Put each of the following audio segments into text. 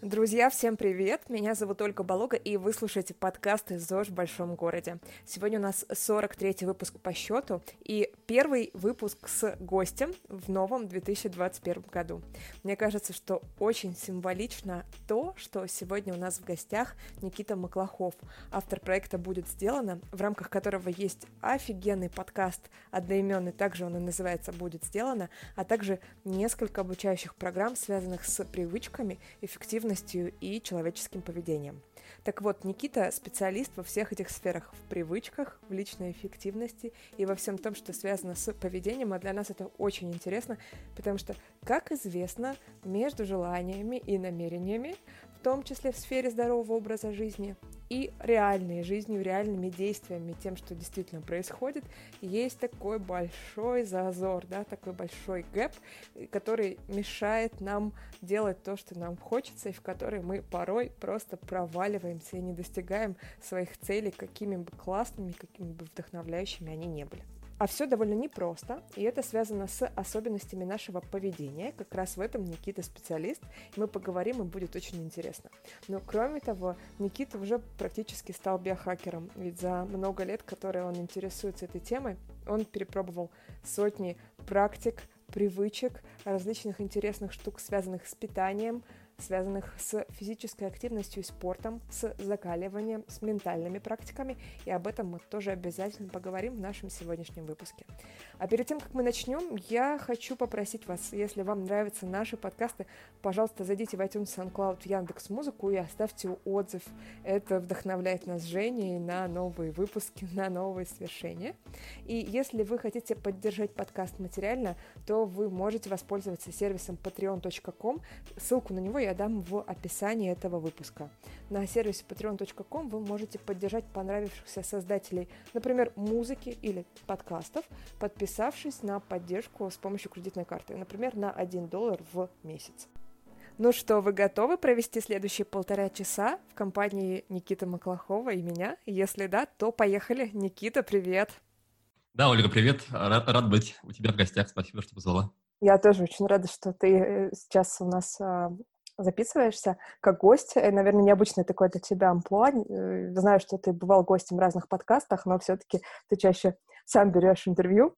Друзья, всем привет! Меня зовут Ольга Болога, и вы слушаете подкасты «ЗОЖ в большом городе». Сегодня у нас 43-й выпуск по счету и первый выпуск с гостем в новом 2021 году. Мне кажется, что очень символично то, что сегодня у нас в гостях Никита Маклахов, автор проекта «Будет сделано», в рамках которого есть офигенный подкаст одноименный, также он и называется «Будет сделано», а также несколько обучающих программ, связанных с привычками, эффективностью и человеческим поведением. Так вот, Никита специалист во всех этих сферах, в привычках, в личной эффективности и во всем том, что связано с поведением, а для нас это очень интересно, потому что, как известно, между желаниями и намерениями, в том числе в сфере здорового образа жизни, и реальной жизнью, реальными действиями, тем, что действительно происходит, есть такой большой зазор, да, такой большой гэп, который мешает нам делать то, что нам хочется, и в который мы порой просто проваливаемся и не достигаем своих целей, какими бы классными, какими бы вдохновляющими они не были. А все довольно непросто, и это связано с особенностями нашего поведения. Как раз в этом Никита специалист, и мы поговорим, и будет очень интересно. Но кроме того, Никита уже практически стал биохакером, ведь за много лет, которые он интересуется этой темой, он перепробовал сотни практик, привычек, различных интересных штук, связанных с питанием, связанных с физической активностью и спортом, с закаливанием, с ментальными практиками, и об этом мы тоже обязательно поговорим в нашем сегодняшнем выпуске. А перед тем, как мы начнем, я хочу попросить вас, если вам нравятся наши подкасты, пожалуйста, зайдите в iTunes, SoundCloud, Яндекс.Музыку и оставьте отзыв. Это вдохновляет нас с Женей на новые выпуски, на новые свершения. И если вы хотите поддержать подкаст материально, то вы можете воспользоваться сервисом patreon.com. Ссылку на него я дам в описании этого выпуска. На сервисе patreon.com вы можете поддержать понравившихся создателей, например, музыки или подкастов, подписавшись на поддержку с помощью кредитной карты, например, на $1 в месяц. Ну что, вы готовы провести следующие 1,5 часа в компании Никиты Маклахова и меня? Если да, то поехали. Никита, привет! Да, Ольга, привет. Рад быть у тебя в гостях. Спасибо, что позвала. Я тоже очень рада, что ты сейчас у нас записываешься как гость. Наверное, необычное такое для тебя амплуа. Знаю, что ты бывал гостем в разных подкастах, но все-таки ты чаще сам берешь интервью.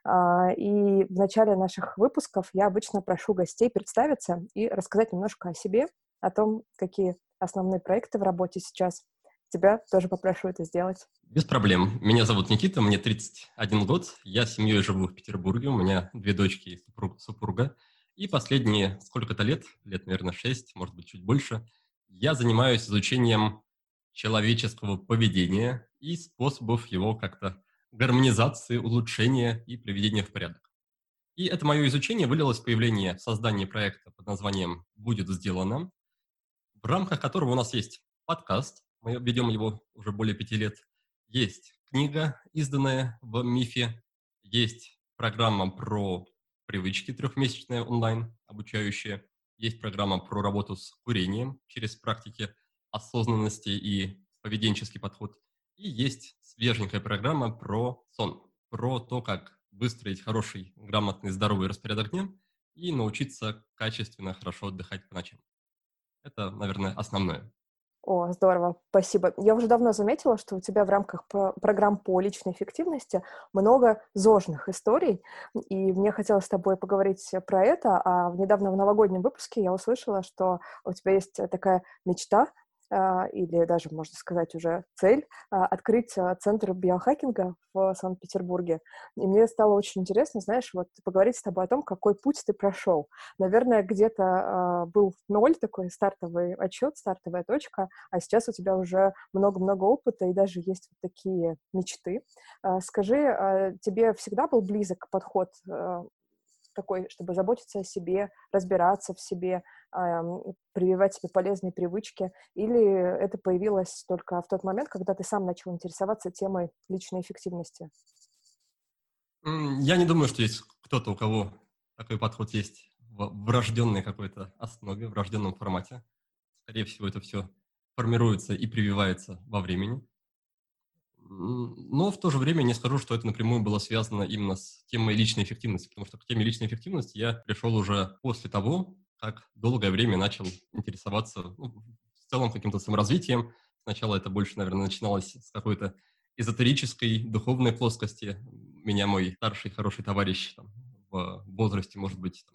И в начале наших выпусков я обычно прошу гостей представиться и рассказать немножко о себе, о том, какие основные проекты в работе сейчас. Тебя тоже попрошу это сделать. Без проблем. Меня зовут Никита, мне 31 год. Я с семьей живу в Петербурге. У меня 2 дочки и супруга. И последние сколько-то лет, наверное, 6, может быть, чуть больше, я занимаюсь изучением человеческого поведения и способов его как-то гармонизации, улучшения и приведения в порядок. И это мое изучение вылилось в появление, создание проекта под названием «Будет сделано», в рамках которого у нас есть подкаст, мы ведем его уже более 5 лет, есть книга, изданная в МИФе, есть программа про привычки трехмесячная онлайн, обучающая, есть программа про работу с курением через практики осознанности и поведенческий подход, и есть свеженькая программа про сон, про то, как выстроить хороший, грамотный, здоровый распорядок дня и научиться качественно, хорошо отдыхать по ночам. Это, наверное, основное. О, здорово, спасибо. Я уже давно заметила, что у тебя в рамках программ по личной эффективности много зожных историй, и мне хотелось с тобой поговорить про это, недавно в новогоднем выпуске я услышала, что у тебя есть такая мечта, или даже, можно сказать, уже цель, открыть центр биохакинга в Санкт-Петербурге. И мне стало очень интересно, знаешь, вот поговорить с тобой о том, какой путь ты прошел. Наверное, где-то был ноль, такой стартовый отчет, стартовая точка, а сейчас у тебя уже много-много опыта и даже есть вот такие мечты. Скажи, тебе всегда был близок подход такой, чтобы заботиться о себе, разбираться в себе, прививать себе полезные привычки, или это появилось только в тот момент, когда ты сам начал интересоваться темой личной эффективности? Я не думаю, что есть кто-то, у кого такой подход есть в врожденной какой-то основе, в врожденном формате. Скорее всего, это все формируется и прививается во времени. Но в то же время не скажу, что это напрямую было связано именно с темой личной эффективности, потому что к теме личной эффективности я пришел уже после того, так долгое время начал интересоваться в целом каким-то саморазвитием. Сначала это больше, наверное, начиналось с какой-то эзотерической, духовной плоскости. Меня мой старший хороший товарищ там, в возрасте, может быть,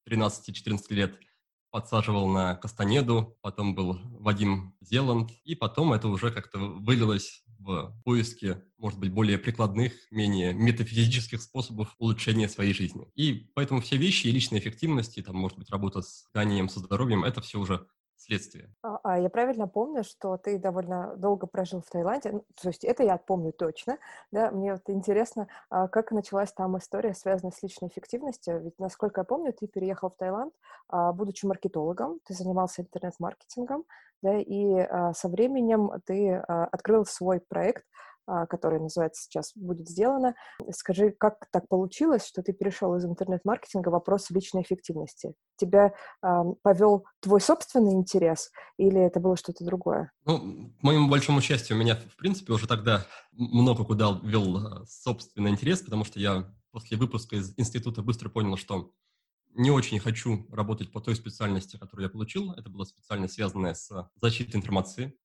13-14 лет подсаживал на Кастанеду, потом был Вадим Зеланд, и потом это уже как-то вылилось в поиске, может быть, более прикладных, менее метафизических способов улучшения своей жизни. И поэтому все вещи, и личная эффективность, и там, может быть, работа с тканием, со здоровьем, это все уже следствие. А я правильно помню, что ты довольно долго прожил в Таиланде? Ну, то есть это я помню точно, да? Мне вот интересно, как началась там история, связанная с личной эффективностью? Ведь, насколько я помню, ты переехал в Таиланд, будучи маркетологом, ты занимался интернет-маркетингом, да, и со временем ты открыл свой проект, который называется сейчас «Будет сделано». Скажи, как так получилось, что ты перешел из интернет-маркетинга в вопрос личной эффективности? Тебя повел твой собственный интерес или это было что-то другое? Ну, к моему большому счастью, меня, в принципе, уже тогда много куда вел собственный интерес, потому что я после выпуска из института быстро понял, что не очень хочу работать по той специальности, которую я получил. Это была специальность, связанная с защитой информации.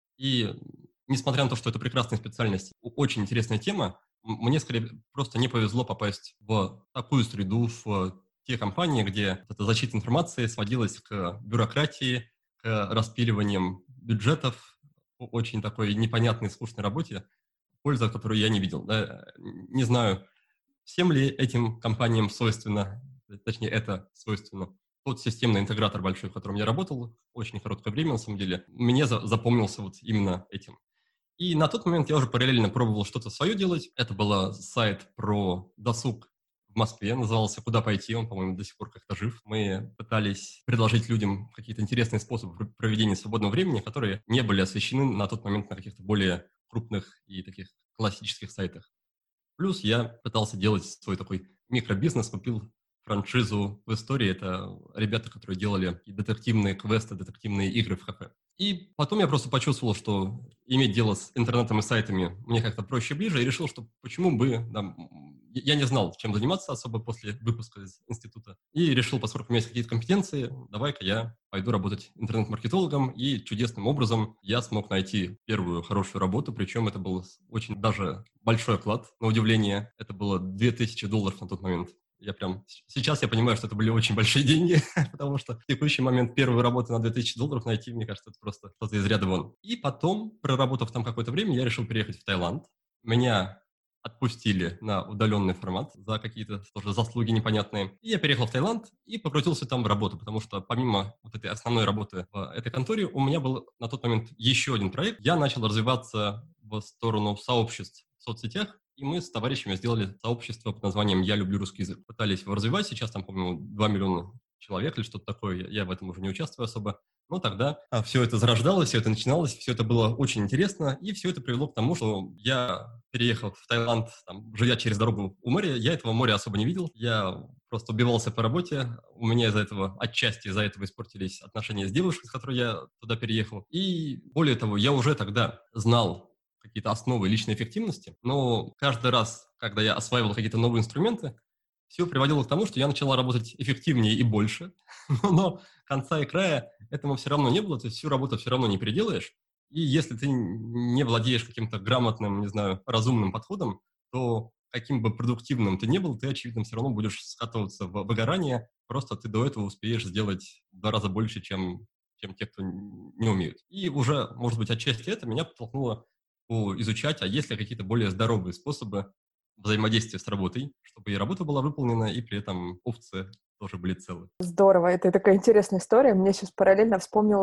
И несмотря на то, что это прекрасная специальность, очень интересная тема, мне скорее просто не повезло попасть в такую среду, в те компании, где эта защита информации сводилась к бюрократии, к распиливаниям бюджетов, очень такой непонятной, скучной работе, польза, которую я не видел. Да. Не знаю, всем ли этим компаниям свойственно, точнее, это свойственно. Тот системный интегратор большой, в котором я работал, очень короткое время, на самом деле, мне запомнился вот именно этим. И на тот момент я уже параллельно пробовал что-то свое делать. Это был сайт про досуг в Москве, назывался «Куда пойти?», он, по-моему, до сих пор как-то жив. Мы пытались предложить людям какие-то интересные способы проведения свободного времени, которые не были освещены на тот момент на каких-то более крупных и таких классических сайтах. Плюс я пытался делать свой такой микробизнес, купил франшизу в истории. Это ребята, которые делали и детективные квесты, детективные игры в кафе. И потом я просто почувствовал, что иметь дело с интернетом и сайтами мне как-то проще и ближе, и решил, что почему бы... Да, я не знал, чем заниматься особо после выпуска из института. И решил, поскольку у меня есть какие-то компетенции, давай-ка я пойду работать интернет-маркетологом. И чудесным образом я смог найти первую хорошую работу, причем это был очень даже большой оклад, на удивление. Это было $2000 на тот момент. Сейчас я понимаю, что это были очень большие деньги, потому что в текущий момент первую работу на $2000 найти, мне кажется, это просто что-то из ряда вон. И потом, проработав там какое-то время, я решил переехать в Таиланд. Меня отпустили на удаленный формат за какие-то тоже заслуги непонятные. И я переехал в Таиланд и покрутился там в работу, потому что помимо вот этой основной работы в этой конторе, у меня был на тот момент еще один проект. Я начал развиваться в сторону сообществ в соцсетях, и мы с товарищами сделали сообщество под названием «Я люблю русский язык». Пытались его развивать, сейчас там, по-моему, 2 миллиона человек или что-то такое, я в этом уже не участвую особо. Но тогда все это зарождалось, все это начиналось, все это было очень интересно, и все это привело к тому, что я, переехав в Таиланд, там, живя через дорогу у моря, я этого моря особо не видел, я просто убивался по работе, у меня отчасти из-за этого испортились отношения с девушкой, с которой я туда переехал, и более того, я уже тогда знал какие-то основы личной эффективности, но каждый раз, когда я осваивал какие-то новые инструменты, все приводило к тому, что я начала работать эффективнее и больше, но конца и края этому все равно не было, то есть всю работу все равно не переделаешь. И если ты не владеешь каким-то грамотным, не знаю, разумным подходом, то каким бы продуктивным ты ни был, ты, очевидно, все равно будешь скатываться в выгорание, просто ты до этого успеешь сделать в 2 раза больше, чем те, кто не умеют. И уже, может быть, отчасти это меня подтолкнуло изучать, а есть ли какие-то более здоровые способы взаимодействия с работой, чтобы и работа была выполнена, и при этом овцы тоже были целы. Здорово, это такая интересная история. Мне сейчас параллельно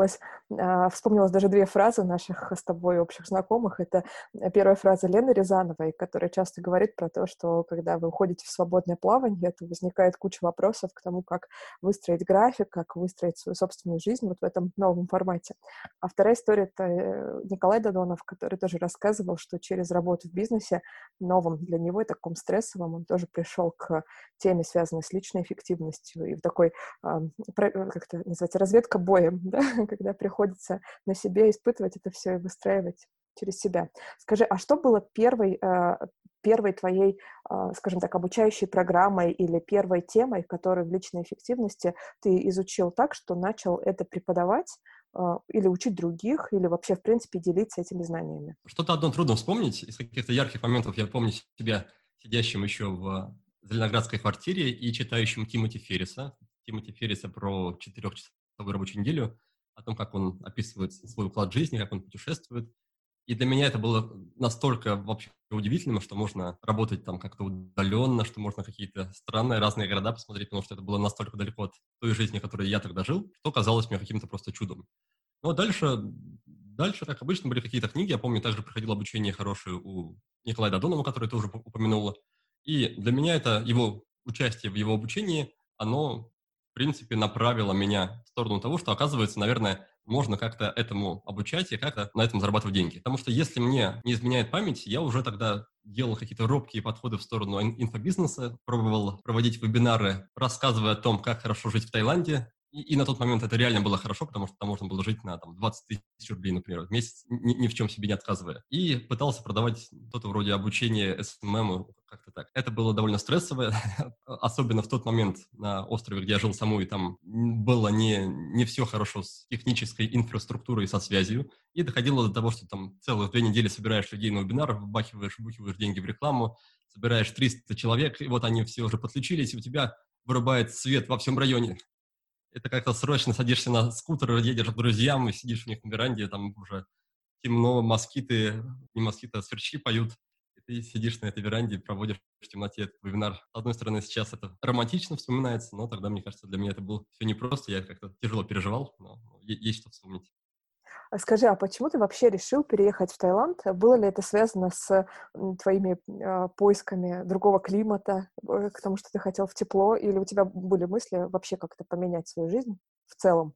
вспомнилось даже 2 фразы наших с тобой общих знакомых. Это первая фраза Лены Рязановой, которая часто говорит про то, что когда вы уходите в свободное плавание, то возникает куча вопросов к тому, как выстроить график, как выстроить свою собственную жизнь вот в этом новом формате. А вторая история — это Николай Додонов, который тоже рассказывал, что через работу в бизнесе, новом для него и таком стрессовом, он тоже пришел к теме, связанной с личной эффективностью, и в такой, как это называется, разведка боем, да? Когда приходится на себе испытывать это все и выстраивать через себя. Скажи, а что было первой твоей, скажем так, обучающей программой или первой темой, которую в личной эффективности ты изучил так, что начал это преподавать или учить других, или вообще, в принципе, делиться этими знаниями? Что-то одно трудно вспомнить. Из каких-то ярких моментов я помню себя сидящим еще в зеленоградской квартире и читающим Тимоти Ферриса. Тимоти Ферриса про 4-часовую рабочую неделю, о том, как он описывает свой уклад жизни, как он путешествует. И для меня это было настолько вообще удивительным, что можно работать там как-то удаленно, что можно какие-то странные разные города посмотреть, потому что это было настолько далеко от той жизни, которой я тогда жил, что казалось мне каким-то просто чудом. Но дальше, как обычно, были какие-то книги. Я помню, также проходило обучение хорошее у Николая Додонова, который ты уже упомянула. И для меня это его участие в его обучении, оно, в принципе, направило меня в сторону того, что, оказывается, наверное, можно как-то этому обучать и как-то на этом зарабатывать деньги. Потому что если мне не изменяет память, я уже тогда делал какие-то робкие подходы в сторону инфобизнеса, пробовал проводить вебинары, рассказывая о том, как хорошо жить в Таиланде. И на тот момент это реально было хорошо, потому что там можно было жить на 20 тысяч рублей, например, в месяц, ни в чем себе не отказывая. И пытался продавать что-то вроде обучения СММ, как-то так. Это было довольно стрессово, особенно в тот момент на острове, где я жил саму, и там было не все хорошо с технической инфраструктурой и со связью. И доходило до того, что там целых 2 недели собираешь людей на вебинар, вбухиваешь деньги в рекламу, собираешь 300 человек, и вот они все уже подключились, и у тебя вырубает свет во всем районе. Это как-то срочно садишься на скутер, едешь к друзьям и сидишь у них на веранде, там уже темно, не москиты, а сверчки поют. И ты сидишь на этой веранде и проводишь в темноте этот вебинар. С одной стороны, сейчас это романтично вспоминается, но тогда, мне кажется, для меня это было все непросто, я как-то тяжело переживал, но есть что вспомнить. Скажи, а почему ты вообще решил переехать в Таиланд? Было ли это связано с твоими поисками другого климата, к тому, что ты хотел в тепло, или у тебя были мысли вообще как-то поменять свою жизнь в целом?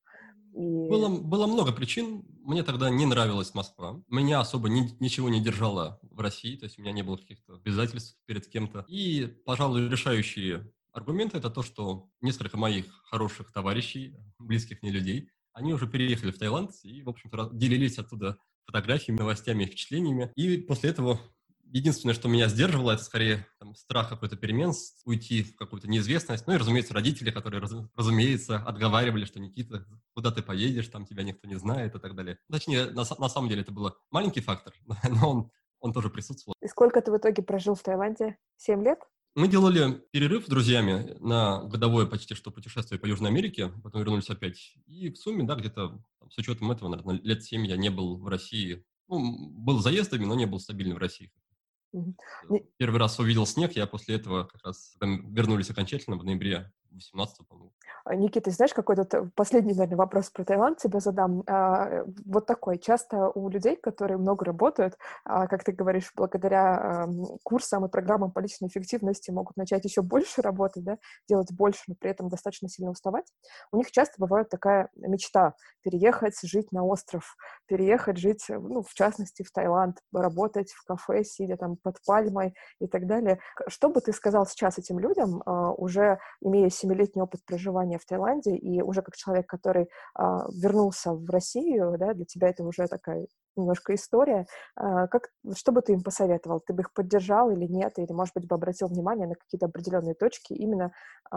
Было много причин. Мне тогда не нравилась Москва. Меня особо ничего не держало в России, то есть у меня не было каких-то обязательств перед кем-то. И, пожалуй, решающие аргументы – это то, что несколько моих хороших товарищей, близких мне людей, они уже переехали в Таиланд и, в общем-то, делились оттуда фотографиями, новостями, впечатлениями. И после этого единственное, что меня сдерживало, это скорее страх какой-то перемен, уйти в какую-то неизвестность. Ну и, разумеется, родители, которые, разумеется, отговаривали, что Никита, куда ты поедешь, там тебя никто не знает и так далее. Точнее, на самом деле это был маленький фактор, но он тоже присутствовал. И сколько ты в итоге прожил в Таиланде? 7 лет? Мы делали перерыв с друзьями на годовое почти что путешествие по Южной Америке, потом вернулись опять. И в сумме, да, где-то с учетом этого, наверное, лет 7 я не был в России. Ну, был заездами, но не был стабильно в России. Мгм. Первый раз увидел снег, я после этого как раз вернулись окончательно в ноябре 18-го, по-моему. Никита, знаешь, какой тут последний, наверное, вопрос про Таиланд тебе задам. Вот такой. Часто у людей, которые много работают, как ты говоришь, благодаря курсам и программам по личной эффективности могут начать еще больше работать, да, делать больше, но при этом достаточно сильно уставать. У них часто бывает такая мечта переехать, жить на остров, переехать, жить, ну, в частности, в Таиланд, работать в кафе, сидя там под пальмой и так далее. Что бы ты сказал сейчас этим людям, уже имея 7-летний опыт проживания в Таиланде и уже как человек, который вернулся в Россию, да, для тебя это уже такая немножко история. Что бы ты им посоветовал? Ты бы их поддержал или нет? Или, может быть, бы обратил внимание на какие-то определенные точки именно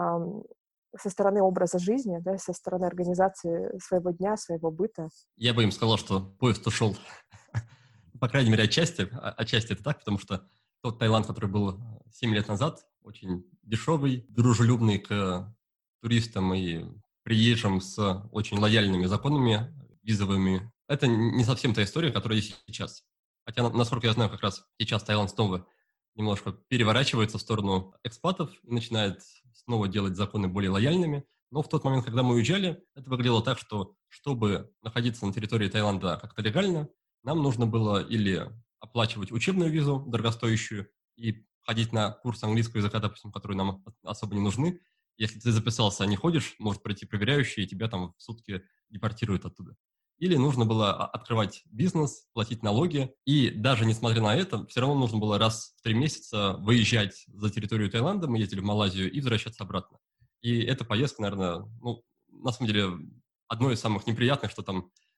со стороны образа жизни, да, со стороны организации своего дня, своего быта? Я бы им сказал, что поезд ушел, по крайней мере, отчасти. Отчасти это так, потому что тот Таиланд, который был 7 лет назад, очень дешевый, дружелюбный к туристам и приезжим с очень лояльными законами визовыми. Это не совсем та история, которая есть сейчас. Хотя, насколько я знаю, как раз сейчас Таиланд снова немножко переворачивается в сторону экспатов и начинает снова делать законы более лояльными. Но в тот момент, когда мы уезжали, это выглядело так, что чтобы находиться на территории Таиланда как-то легально, нам нужно было или оплачивать учебную визу дорогостоящую и ходить на курс английского языка, допустим, которые нам особо не нужны. Если ты записался, а не ходишь, может прийти проверяющий, и тебя там в сутки депортируют оттуда. Или нужно было открывать бизнес, платить налоги. И даже несмотря на это, все равно нужно было раз в 3 месяца выезжать за территорию Таиланда. Мы ездили в Малайзию и возвращаться обратно. И эта поездка, наверное, ну, на самом деле, одно из самых неприятных, что там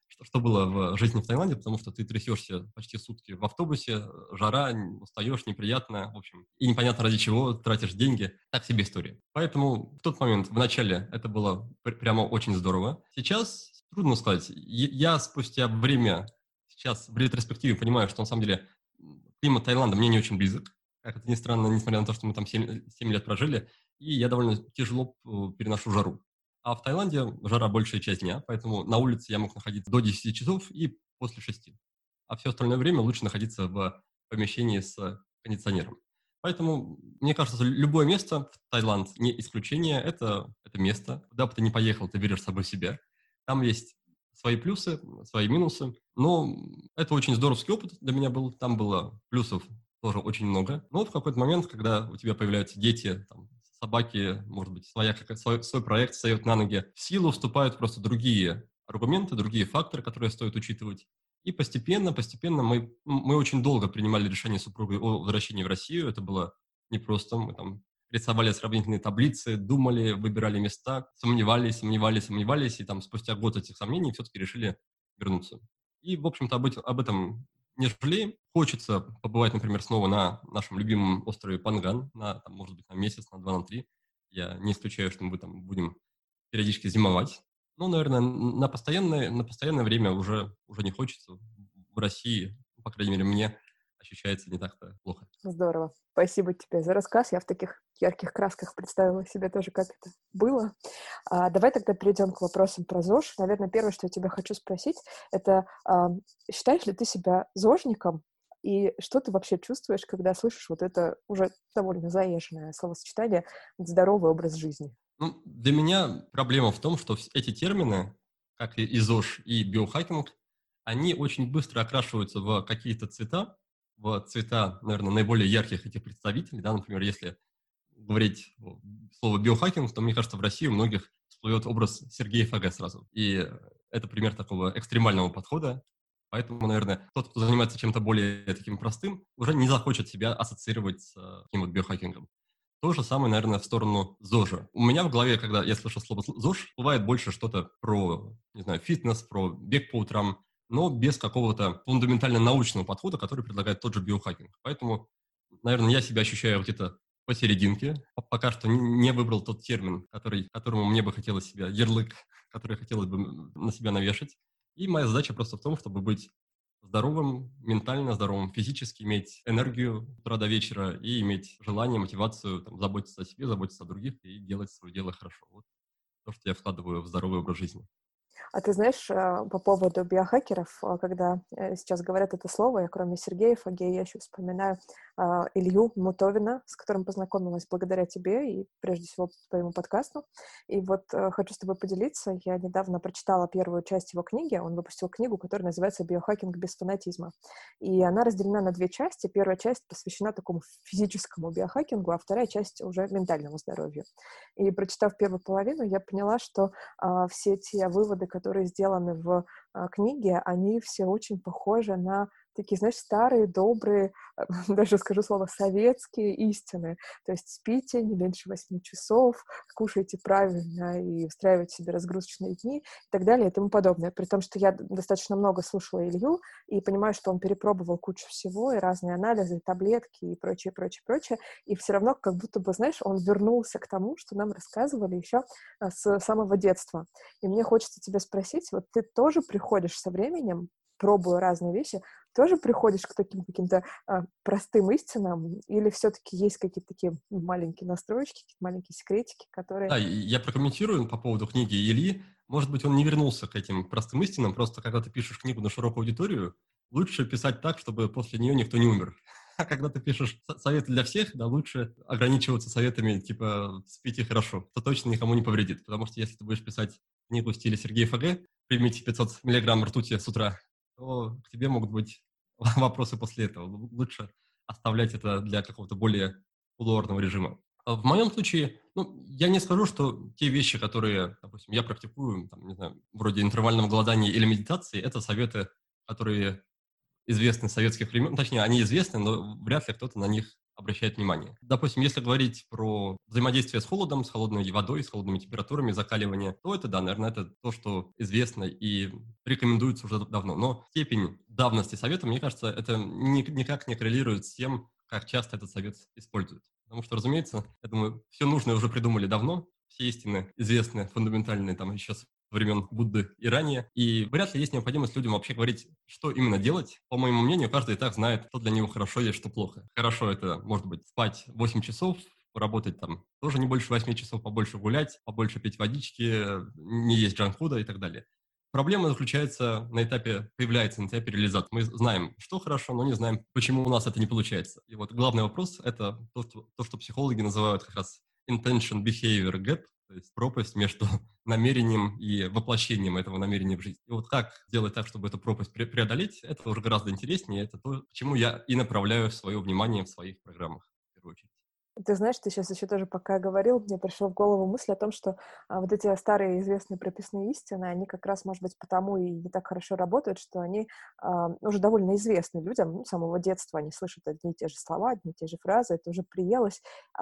что было в жизни в Таиланде, потому что ты трясешься почти сутки в автобусе, жара, устаешь, неприятно, в общем, и непонятно ради чего, тратишь деньги. Так себе история. Поэтому в тот момент, в начале, это было прямо очень здорово. Сейчас трудно сказать. Я спустя время, сейчас в ретроспективе понимаю, что на самом деле климат Таиланда мне не очень близок. Как это ни странно, несмотря на то, что мы там 7 лет прожили, и я довольно тяжело переношу жару. А в Таиланде жара большая часть дня, поэтому на улице я мог находиться до 10 часов и после 6. А все остальное время лучше находиться в помещении с кондиционером. Поэтому, мне кажется, любое место, в Таиланд не исключение, это место. Куда бы ты ни поехал, ты берешь с собой себя. Там есть свои плюсы, свои минусы, но это очень здоровский опыт для меня был. Там было плюсов тоже очень много. Но в какой-то момент, когда у тебя появляются дети, там, собаки, может быть, свой проект встает на ноги, в силу вступают просто другие аргументы, другие факторы, которые стоит учитывать. И постепенно мы очень долго принимали решение с супругой о возвращении в Россию. Это было непросто. Мы там рисовали сравнительные таблицы, думали, выбирали места, сомневались, и там спустя год этих сомнений все-таки решили вернуться. И, в общем-то, об этом не жалеем. Хочется побывать, например, снова на нашем любимом острове Панган, там, может быть, на месяц, на 2, на 3. Я не исключаю, что мы там будем периодически зимовать. Ну, наверное, на постоянное время уже не хочется. В России, по крайней мере, мне ощущается не так-то плохо. Здорово. Спасибо тебе за рассказ. Я в таких ярких красках представила себе тоже, как это было. Давай тогда перейдем к вопросам про ЗОЖ. Наверное, первое, что я тебя хочу спросить, это считаешь ли ты себя зожником? И что ты вообще чувствуешь, когда слышишь вот это уже довольно заезженное словосочетание «здоровый образ жизни»? Ну, для меня проблема в том, что эти термины, как и ЗОЖ, и биохакинг, они очень быстро окрашиваются в какие-то цвета, наверное, наиболее ярких этих представителей. Да? Например, если говорить слово биохакинг, то, мне кажется, в России у многих всплывет образ Сергея ФГ сразу. И это пример такого экстремального подхода. Поэтому, наверное, тот, кто занимается чем-то более таким простым, уже не захочет себя ассоциировать с таким вот биохакингом. То же самое, наверное, в сторону ЗОЖа. У меня в голове, когда я слышу слово ЗОЖ, бывает больше что-то про, не знаю, фитнес, про бег по утрам, но без какого-то фундаментально научного подхода, который предлагает тот же биохакинг. Поэтому, наверное, я себя ощущаю где-то посерединке. Пока что не выбрал тот термин, которому мне бы хотелось себя, ярлык, который хотелось бы на себя навешать. И моя задача просто в том, чтобы быть здоровым, ментально здоровым, физически, иметь энергию с утра до вечера и иметь желание, мотивацию там, заботиться о себе, заботиться о других и делать свое дело хорошо. Вот то, что я вкладываю в здоровый образ жизни. А ты знаешь, по поводу биохакеров, когда сейчас говорят это слово, я кроме Сергея Фаге, я еще вспоминаю Илью Мутовина, с которым познакомилась благодаря тебе и, прежде всего, по твоему подкасту. И вот хочу с тобой поделиться. Я недавно прочитала первую часть его книги. Он выпустил книгу, которая называется «Биохакинг без фанатизма». И она разделена на две части. Первая часть посвящена такому физическому биохакингу, а вторая часть уже ментальному здоровью. И прочитав первую половину, я поняла, что все те выводы, которые сделаны в книге, они все очень похожи на такие, знаешь, старые, добрые, даже скажу слово, советские истины. То есть спите не меньше 8 часов, кушайте правильно и устраивайте себе разгрузочные дни и так далее и тому подобное. При том, что я достаточно много слушала Илью и понимаю, что он перепробовал кучу всего, и разные анализы, и таблетки, и прочее, прочее, прочее. И все равно как будто бы, знаешь, он вернулся к тому, что нам рассказывали еще с самого детства. И мне хочется тебя спросить, вот ты тоже приходишь со временем, пробуя разные вещи, тоже приходишь к таким каким-то простым истинам, или все-таки есть какие-то такие маленькие настройки, какие-то маленькие секретики, которые... Да, я прокомментирую по поводу книги Ильи. Может быть, он не вернулся к этим простым истинам, просто когда ты пишешь книгу на широкую аудиторию, лучше писать так, чтобы после нее никто не умер. А когда ты пишешь советы для всех, да, лучше ограничиваться советами типа «спите хорошо», что точно никому не повредит. Потому что если ты будешь писать книгу в стиле Сергея ФГ «Примите 500 миллиграмм ртути с утра», то к тебе могут быть вопросы после этого. Лучше оставлять это для какого-то более кулуарного режима. В моем случае, я не скажу, что те вещи, которые, допустим, я практикую, там, не знаю, вроде интервального голодания или медитации, это советы, которые известны с советских времен. Точнее, они известны, но вряд ли кто-то на них обращает внимание. Допустим, если говорить про взаимодействие с холодом, с холодной водой, с холодными температурами, закаливание, то это, да, наверное, это то, что известно и рекомендуется уже давно. Но степень давности совета, мне кажется, это никак не коррелирует с тем, как часто этот совет используют. Потому что, разумеется, я думаю, все нужное уже придумали давно, все истины известны, фундаментальные, там еще с времен Будды и ранее. И вряд ли есть необходимость людям вообще говорить, что именно делать. По моему мнению, каждый и так знает, что для него хорошо и что плохо. Хорошо это, может быть, спать 8 часов, работать там тоже не больше 8 часов, побольше гулять, побольше пить водички, не есть джанк-фуда и так далее. Проблема заключается появляется на этапе реализации. Мы знаем, что хорошо, но не знаем, почему у нас это не получается. И вот главный вопрос – это то, что психологи называют как раз intention behavior gap, то есть пропасть между намерением и воплощением этого намерения в жизнь. И вот как сделать так, чтобы эту пропасть преодолеть, это уже гораздо интереснее, это то, к чему я и направляю свое внимание в своих программах, в первую очередь. Ты знаешь, ты сейчас еще тоже пока говорил, мне пришла в голову мысль о том, что вот эти старые известные прописные истины, они как раз, может быть, потому и не так хорошо работают, что они уже довольно известны людям, ну, с самого детства они слышат одни и те же слова, одни и те же фразы, это уже приелось.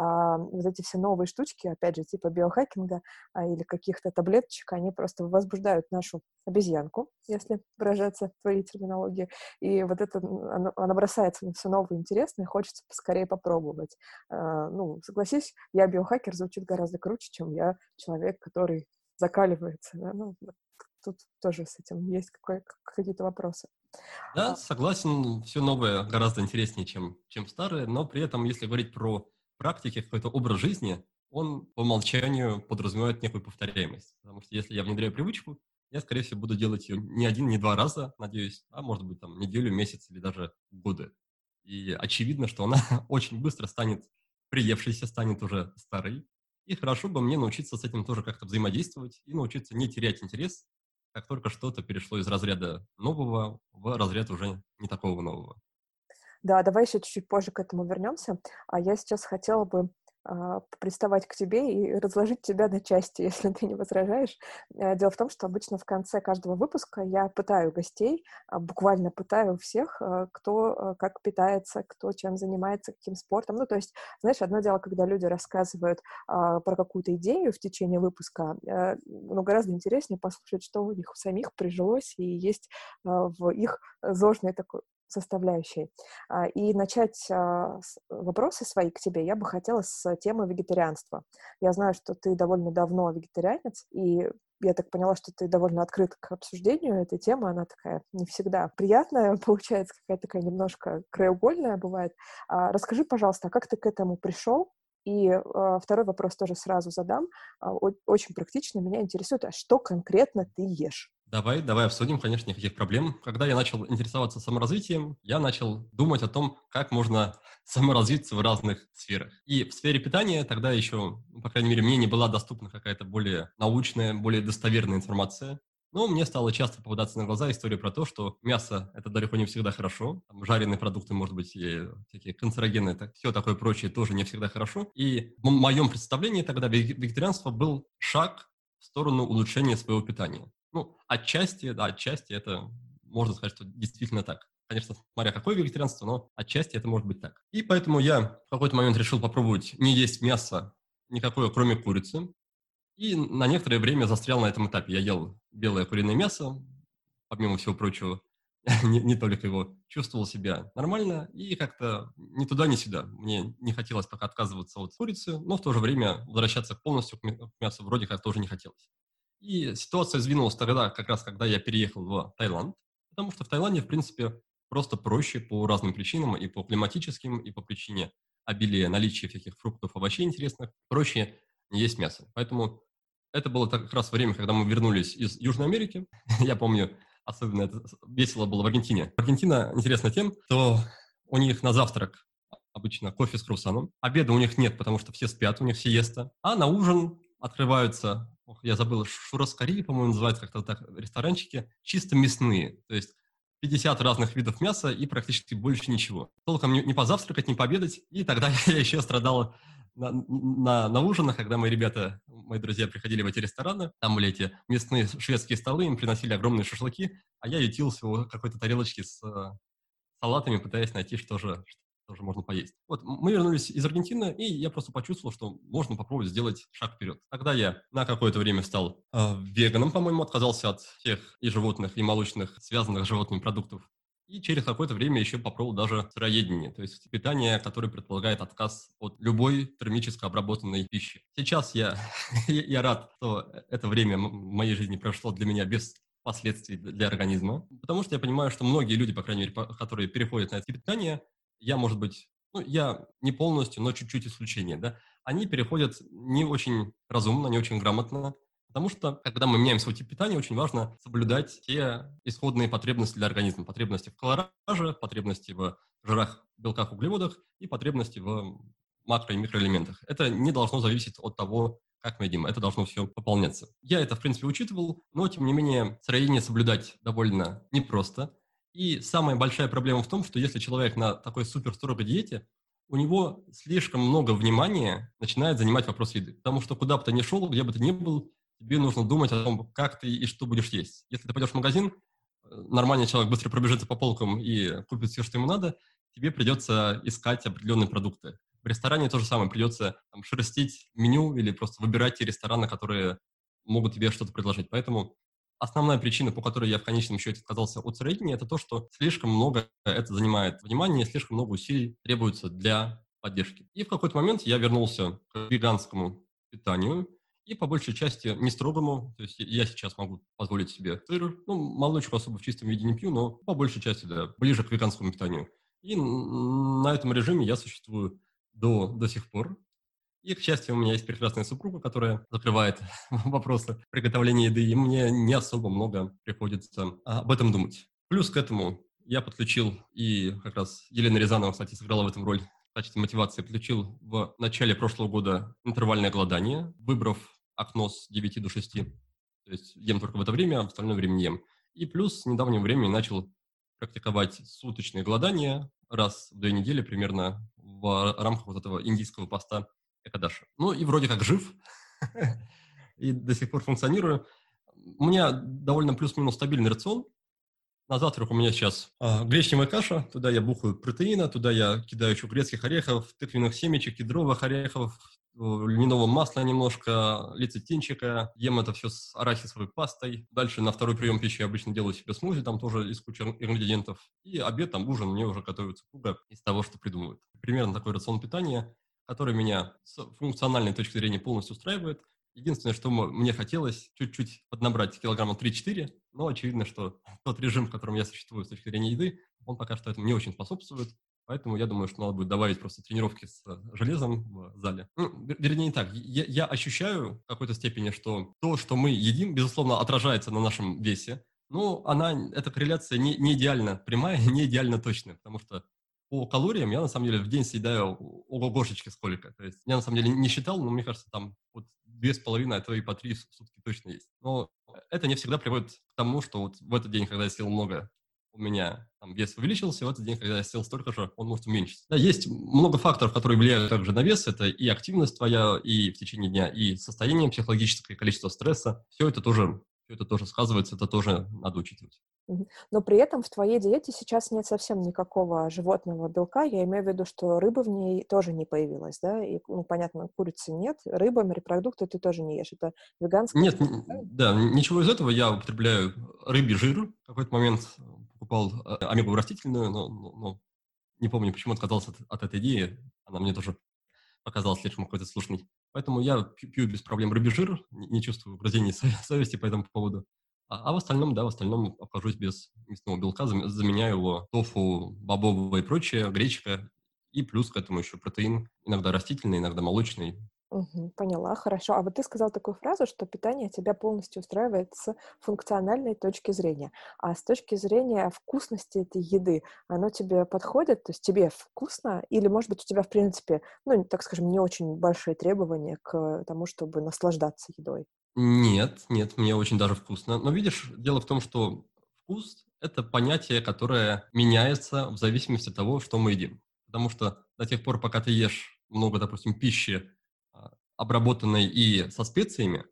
Вот эти все новые штучки, опять же, типа биохакинга или каких-то таблеточек, они просто возбуждают нашу обезьянку, если выражаться в твоей терминологии, и вот это, она бросается на все новое и интересное, хочется поскорее попробовать. Ну, согласись, я биохакер звучит гораздо круче, чем я человек, который закаливается. Да? Ну, вот тут тоже с этим есть какие-то вопросы. Да, согласен, все новое гораздо интереснее, чем старое, но при этом, если говорить про практики, какой-то образ жизни, он по умолчанию подразумевает некую повторяемость. Потому что если я внедряю привычку, я, скорее всего, буду делать ее не один, не два раза, надеюсь, а может быть, там, неделю, месяц или даже годы. И очевидно, что она очень быстро станет приевшейся, станет уже старой. И хорошо бы мне научиться с этим тоже как-то взаимодействовать и научиться не терять интерес, как только что-то перешло из разряда нового в разряд уже не такого нового. Да, давай еще чуть-чуть позже к этому вернемся. А я сейчас хотела бы приставать к тебе и разложить тебя на части, если ты не возражаешь. Дело в том, что обычно в конце каждого выпуска я пытаю гостей, буквально пытаю всех, кто как питается, кто чем занимается, каким спортом. Ну, то есть, знаешь, одно дело, когда люди рассказывают про какую-то идею в течение выпуска, но гораздо интереснее послушать, что у них у самих прижилось и есть в их зожной такой составляющей. И начать вопросы свои к тебе я бы хотела с темы вегетарианства. Я знаю, что ты довольно давно вегетарианец, и я так поняла, что ты довольно открыт к обсуждению этой темы. Она такая не всегда приятная, получается, какая-то такая немножко краеугольная бывает. Расскажи, пожалуйста, как ты к этому пришел? И второй вопрос тоже сразу задам. Очень практично меня интересует, а что конкретно ты ешь? Давай обсудим, конечно, никаких проблем. Когда я начал интересоваться саморазвитием, я начал думать о том, как можно саморазвиться в разных сферах. И в сфере питания тогда еще, ну, по крайней мере, мне не была доступна какая-то более научная, более достоверная информация. Но мне стало часто попадаться на глаза история про то, что мясо – это далеко не всегда хорошо. Там жареные продукты, может быть, и всякие канцерогены, все такое прочее тоже не всегда хорошо. И в моем представлении тогда вегетарианство был шаг в сторону улучшения своего питания. Ну, отчасти, да, отчасти это можно сказать, что действительно так. Конечно, смотря какое вегетарианство, но отчасти это может быть так. И поэтому я в какой-то момент решил попробовать не есть мясо никакое, кроме курицы. И на некоторое время застрял на этом этапе. Я ел белое куриное мясо, помимо всего прочего, не только его, чувствовал себя нормально и как-то ни туда, ни сюда. Мне не хотелось пока отказываться от курицы, но в то же время возвращаться полностью к мясу вроде как тоже не хотелось. И ситуация сдвинулась тогда, как раз когда я переехал в Таиланд, потому что в Таиланде, в принципе, просто проще по разным причинам, и по климатическим, и по причине обилия наличия всяких фруктов, овощей интересных, проще не есть мясо. Поэтому это было как раз время, когда мы вернулись из Южной Америки. Я помню, особенно это весело было в Аргентине. Аргентина интересна тем, что у них на завтрак обычно кофе с круассаном. Обеда у них нет, потому что все спят, у них сиеста. А на ужин открываются, я забыл, шураскари, по-моему, называется как-то так, ресторанчики, чисто мясные. То есть 50 разных видов мяса и практически больше ничего. Толком не позавтракать, не пообедать. И тогда я еще страдал на ужинах, когда мои друзья приходили в эти рестораны, там были эти мясные шведские столы, им приносили огромные шашлыки, а я ютился в какой-то тарелочке с салатами, пытаясь найти, что же тоже можно поесть. Вот, мы вернулись из Аргентины, и я просто почувствовал, что можно попробовать сделать шаг вперед. Тогда я на какое-то время стал веганом, по-моему, отказался от всех и животных, и молочных, связанных с животными продуктов. И через какое-то время еще попробовал даже сыроедение, то есть питание, которое предполагает отказ от любой термически обработанной пищи. Сейчас я рад, что это время в моей жизни прошло для меня без последствий для организма, потому что я понимаю, что многие люди, по крайней мере, которые переходят на это питание, я, может быть, я не полностью, но чуть-чуть исключение, да, они переходят не очень разумно, не очень грамотно, потому что, когда мы меняем свой тип питания, очень важно соблюдать те исходные потребности для организма. Потребности в колораже, потребности в жирах, белках, углеводах и потребности в макро- и микроэлементах. Это не должно зависеть от того, как мы едим. Это должно все пополняться. Я это, в принципе, учитывал, но, тем не менее, сыроедение соблюдать довольно непросто. И самая большая проблема в том, что если человек на такой супер строгой диете, у него слишком много внимания начинает занимать вопрос еды. Потому что куда бы ты ни шел, где бы ты ни был, тебе нужно думать о том, как ты и что будешь есть. Если ты пойдешь в магазин, нормальный человек быстро пробежится по полкам и купит все, что ему надо, тебе придется искать определенные продукты. В ресторане то же самое, придется там, шерстить меню или просто выбирать те рестораны, которые могут тебе что-то предложить. Поэтому основная причина, по которой я в конечном счете отказался от сыроедения, это то, что слишком много это занимает внимания, слишком много усилий требуется для поддержки. И в какой-то момент я вернулся к веганскому питанию, и по большей части не строгому, то есть я сейчас могу позволить себе сыр, молочку особо в чистом виде не пью, но по большей части, да, ближе к веганскому питанию. И на этом режиме я существую до сих пор. И, к счастью, у меня есть прекрасная супруга, которая закрывает вопросы приготовления еды, и мне не особо много приходится об этом думать. Плюс к этому я подключил, и как раз Елена Рязанова, кстати, сыграла в этом роль в качестве мотивации, подключил в начале прошлого года интервальное голодание, выбрав окно с 9 до 6, то есть ем только в это время, а в остальное время не ем. И плюс с недавнего времени начал практиковать суточное голодание раз в 2 недели примерно в рамках вот этого индийского поста Экадаши. И вроде как жив, и до сих пор функционирую. У меня довольно плюс-минус стабильный рацион. На завтрак у меня сейчас гречневая каша, туда я бухаю протеина, туда я кидаю еще грецких орехов, тыквенных семечек, кедровых орехов, льняного масла немножко, лецитинчика. Ем это все с арахисовой пастой. Дальше на второй прием пищи я обычно делаю себе смузи, там тоже из кучи ингредиентов. И обед, там ужин мне уже готовится супруга из того, что придумывает. Примерно такой рацион питания, который меня с функциональной точки зрения полностью устраивает. Единственное, что мне хотелось, чуть-чуть поднабрать килограмма 3-4, но очевидно, что тот режим, в котором я существую с точки зрения еды, он пока что этому не очень способствует. Поэтому я думаю, что надо будет добавить просто тренировки с железом в зале. Вернее, не так. Я ощущаю в какой-то степени, что то, что мы едим, безусловно, отражается на нашем весе. Но эта корреляция не идеально прямая, не идеально точная, потому что по калориям я, на самом деле, в день съедаю ого-гошечки сколько. То есть я, на самом деле, не считал, но мне кажется, там вот 2,5, а то и по 3 в сутки точно есть. Но это не всегда приводит к тому, что вот в этот день, когда я съел много, у меня там вес увеличился, в этот день, когда я съел столько же, он может уменьшиться. Да, есть много факторов, которые влияют также на вес. Это и активность твоя, и в течение дня, и состояние психологическое, и количество стресса. Все это тоже сказывается, это тоже надо учитывать. Но при этом в твоей диете сейчас нет совсем никакого животного белка. Я имею в виду, что рыба в ней тоже не появилась, да? И, понятно, курицы нет, рыба, морепродукты ты тоже не ешь. Это веганское. Нет, да, ничего из этого. Я употребляю рыбий жир. В какой-то момент покупал омегу растительную, но не помню, почему отказался от этой идеи. Она мне тоже показалась слишком какой-то слушной. Поэтому я пью без проблем рыбий жир, не чувствую угрызений совести по этому поводу. А в остальном, да, обхожусь без мясного белка, заменяю его тофу, бобовое и прочее, гречка, и плюс к этому еще протеин, иногда растительный, иногда молочный. Поняла, хорошо. А вот ты сказал такую фразу, что питание тебя полностью устраивает с функциональной точки зрения. А с точки зрения вкусности этой еды, оно тебе подходит? То есть тебе вкусно? Или, может быть, у тебя, в принципе, так скажем, не очень большие требования к тому, чтобы наслаждаться едой? Нет, мне очень даже вкусно. Но видишь, дело в том, что вкус– это понятие, которое меняется в зависимости от того, что мы едим. Потому что до тех пор, пока ты ешь много, допустим, пищи, обработанной и со специями,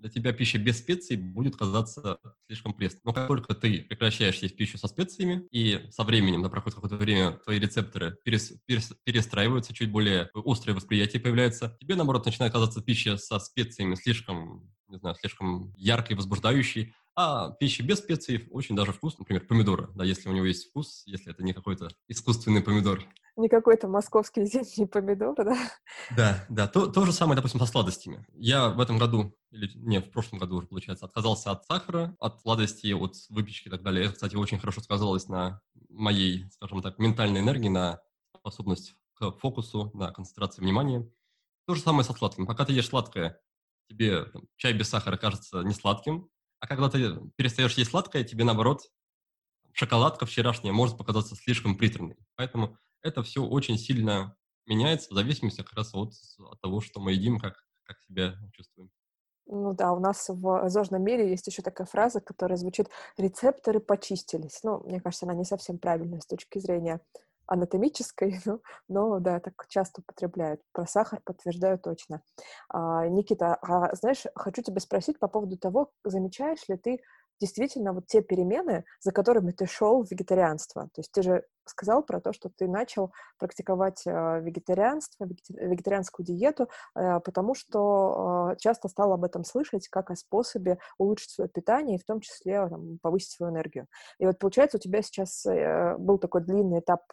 для тебя пища без специй будет казаться слишком пресной. Но как только ты прекращаешь есть пищу со специями, и со временем, проходит какое-то время, твои рецепторы перестраиваются, чуть более острое восприятие появляется, тебе, наоборот, начинает казаться пища со специями слишком, не знаю, слишком яркой, возбуждающей, а пища без специй очень даже вкус, например, помидоры, да, если у него есть вкус, если это не какой-то искусственный помидор. Не какой-то московский зимний помидор, да? Да, да, то же самое, допустим, со сладостями. Я в этом году, или не, в прошлом году уже, получается, отказался от сахара, от сладостей, от выпечки и так далее. Это, кстати, очень хорошо сказалось на моей, скажем так, ментальной энергии, на способность к фокусу, на концентрации внимания. То же самое со сладким. Пока ты ешь сладкое, тебе чай без сахара кажется не сладким, а когда ты перестаешь есть сладкое, тебе, наоборот, шоколадка вчерашняя может показаться слишком приторной. Поэтому это все очень сильно меняется в зависимости как раз от того, что мы едим, как себя чувствуем. Ну да, у нас в зожном мире есть еще такая фраза, которая звучит «рецепторы почистились». Ну, мне кажется, она не совсем правильная с точки зрения анатомической, но да, так часто употребляют. Про сахар подтверждаю точно. Никита, знаешь, хочу тебя спросить по поводу того, замечаешь ли ты действительно вот те перемены, за которыми ты шел в вегетарианство? То есть ты же сказал про то, что ты начал практиковать вегетарианство, вегетарианскую диету, потому что часто стал об этом слышать как о способе улучшить свое питание и в том числе там, повысить свою энергию. И вот получается, у тебя сейчас был такой длинный этап,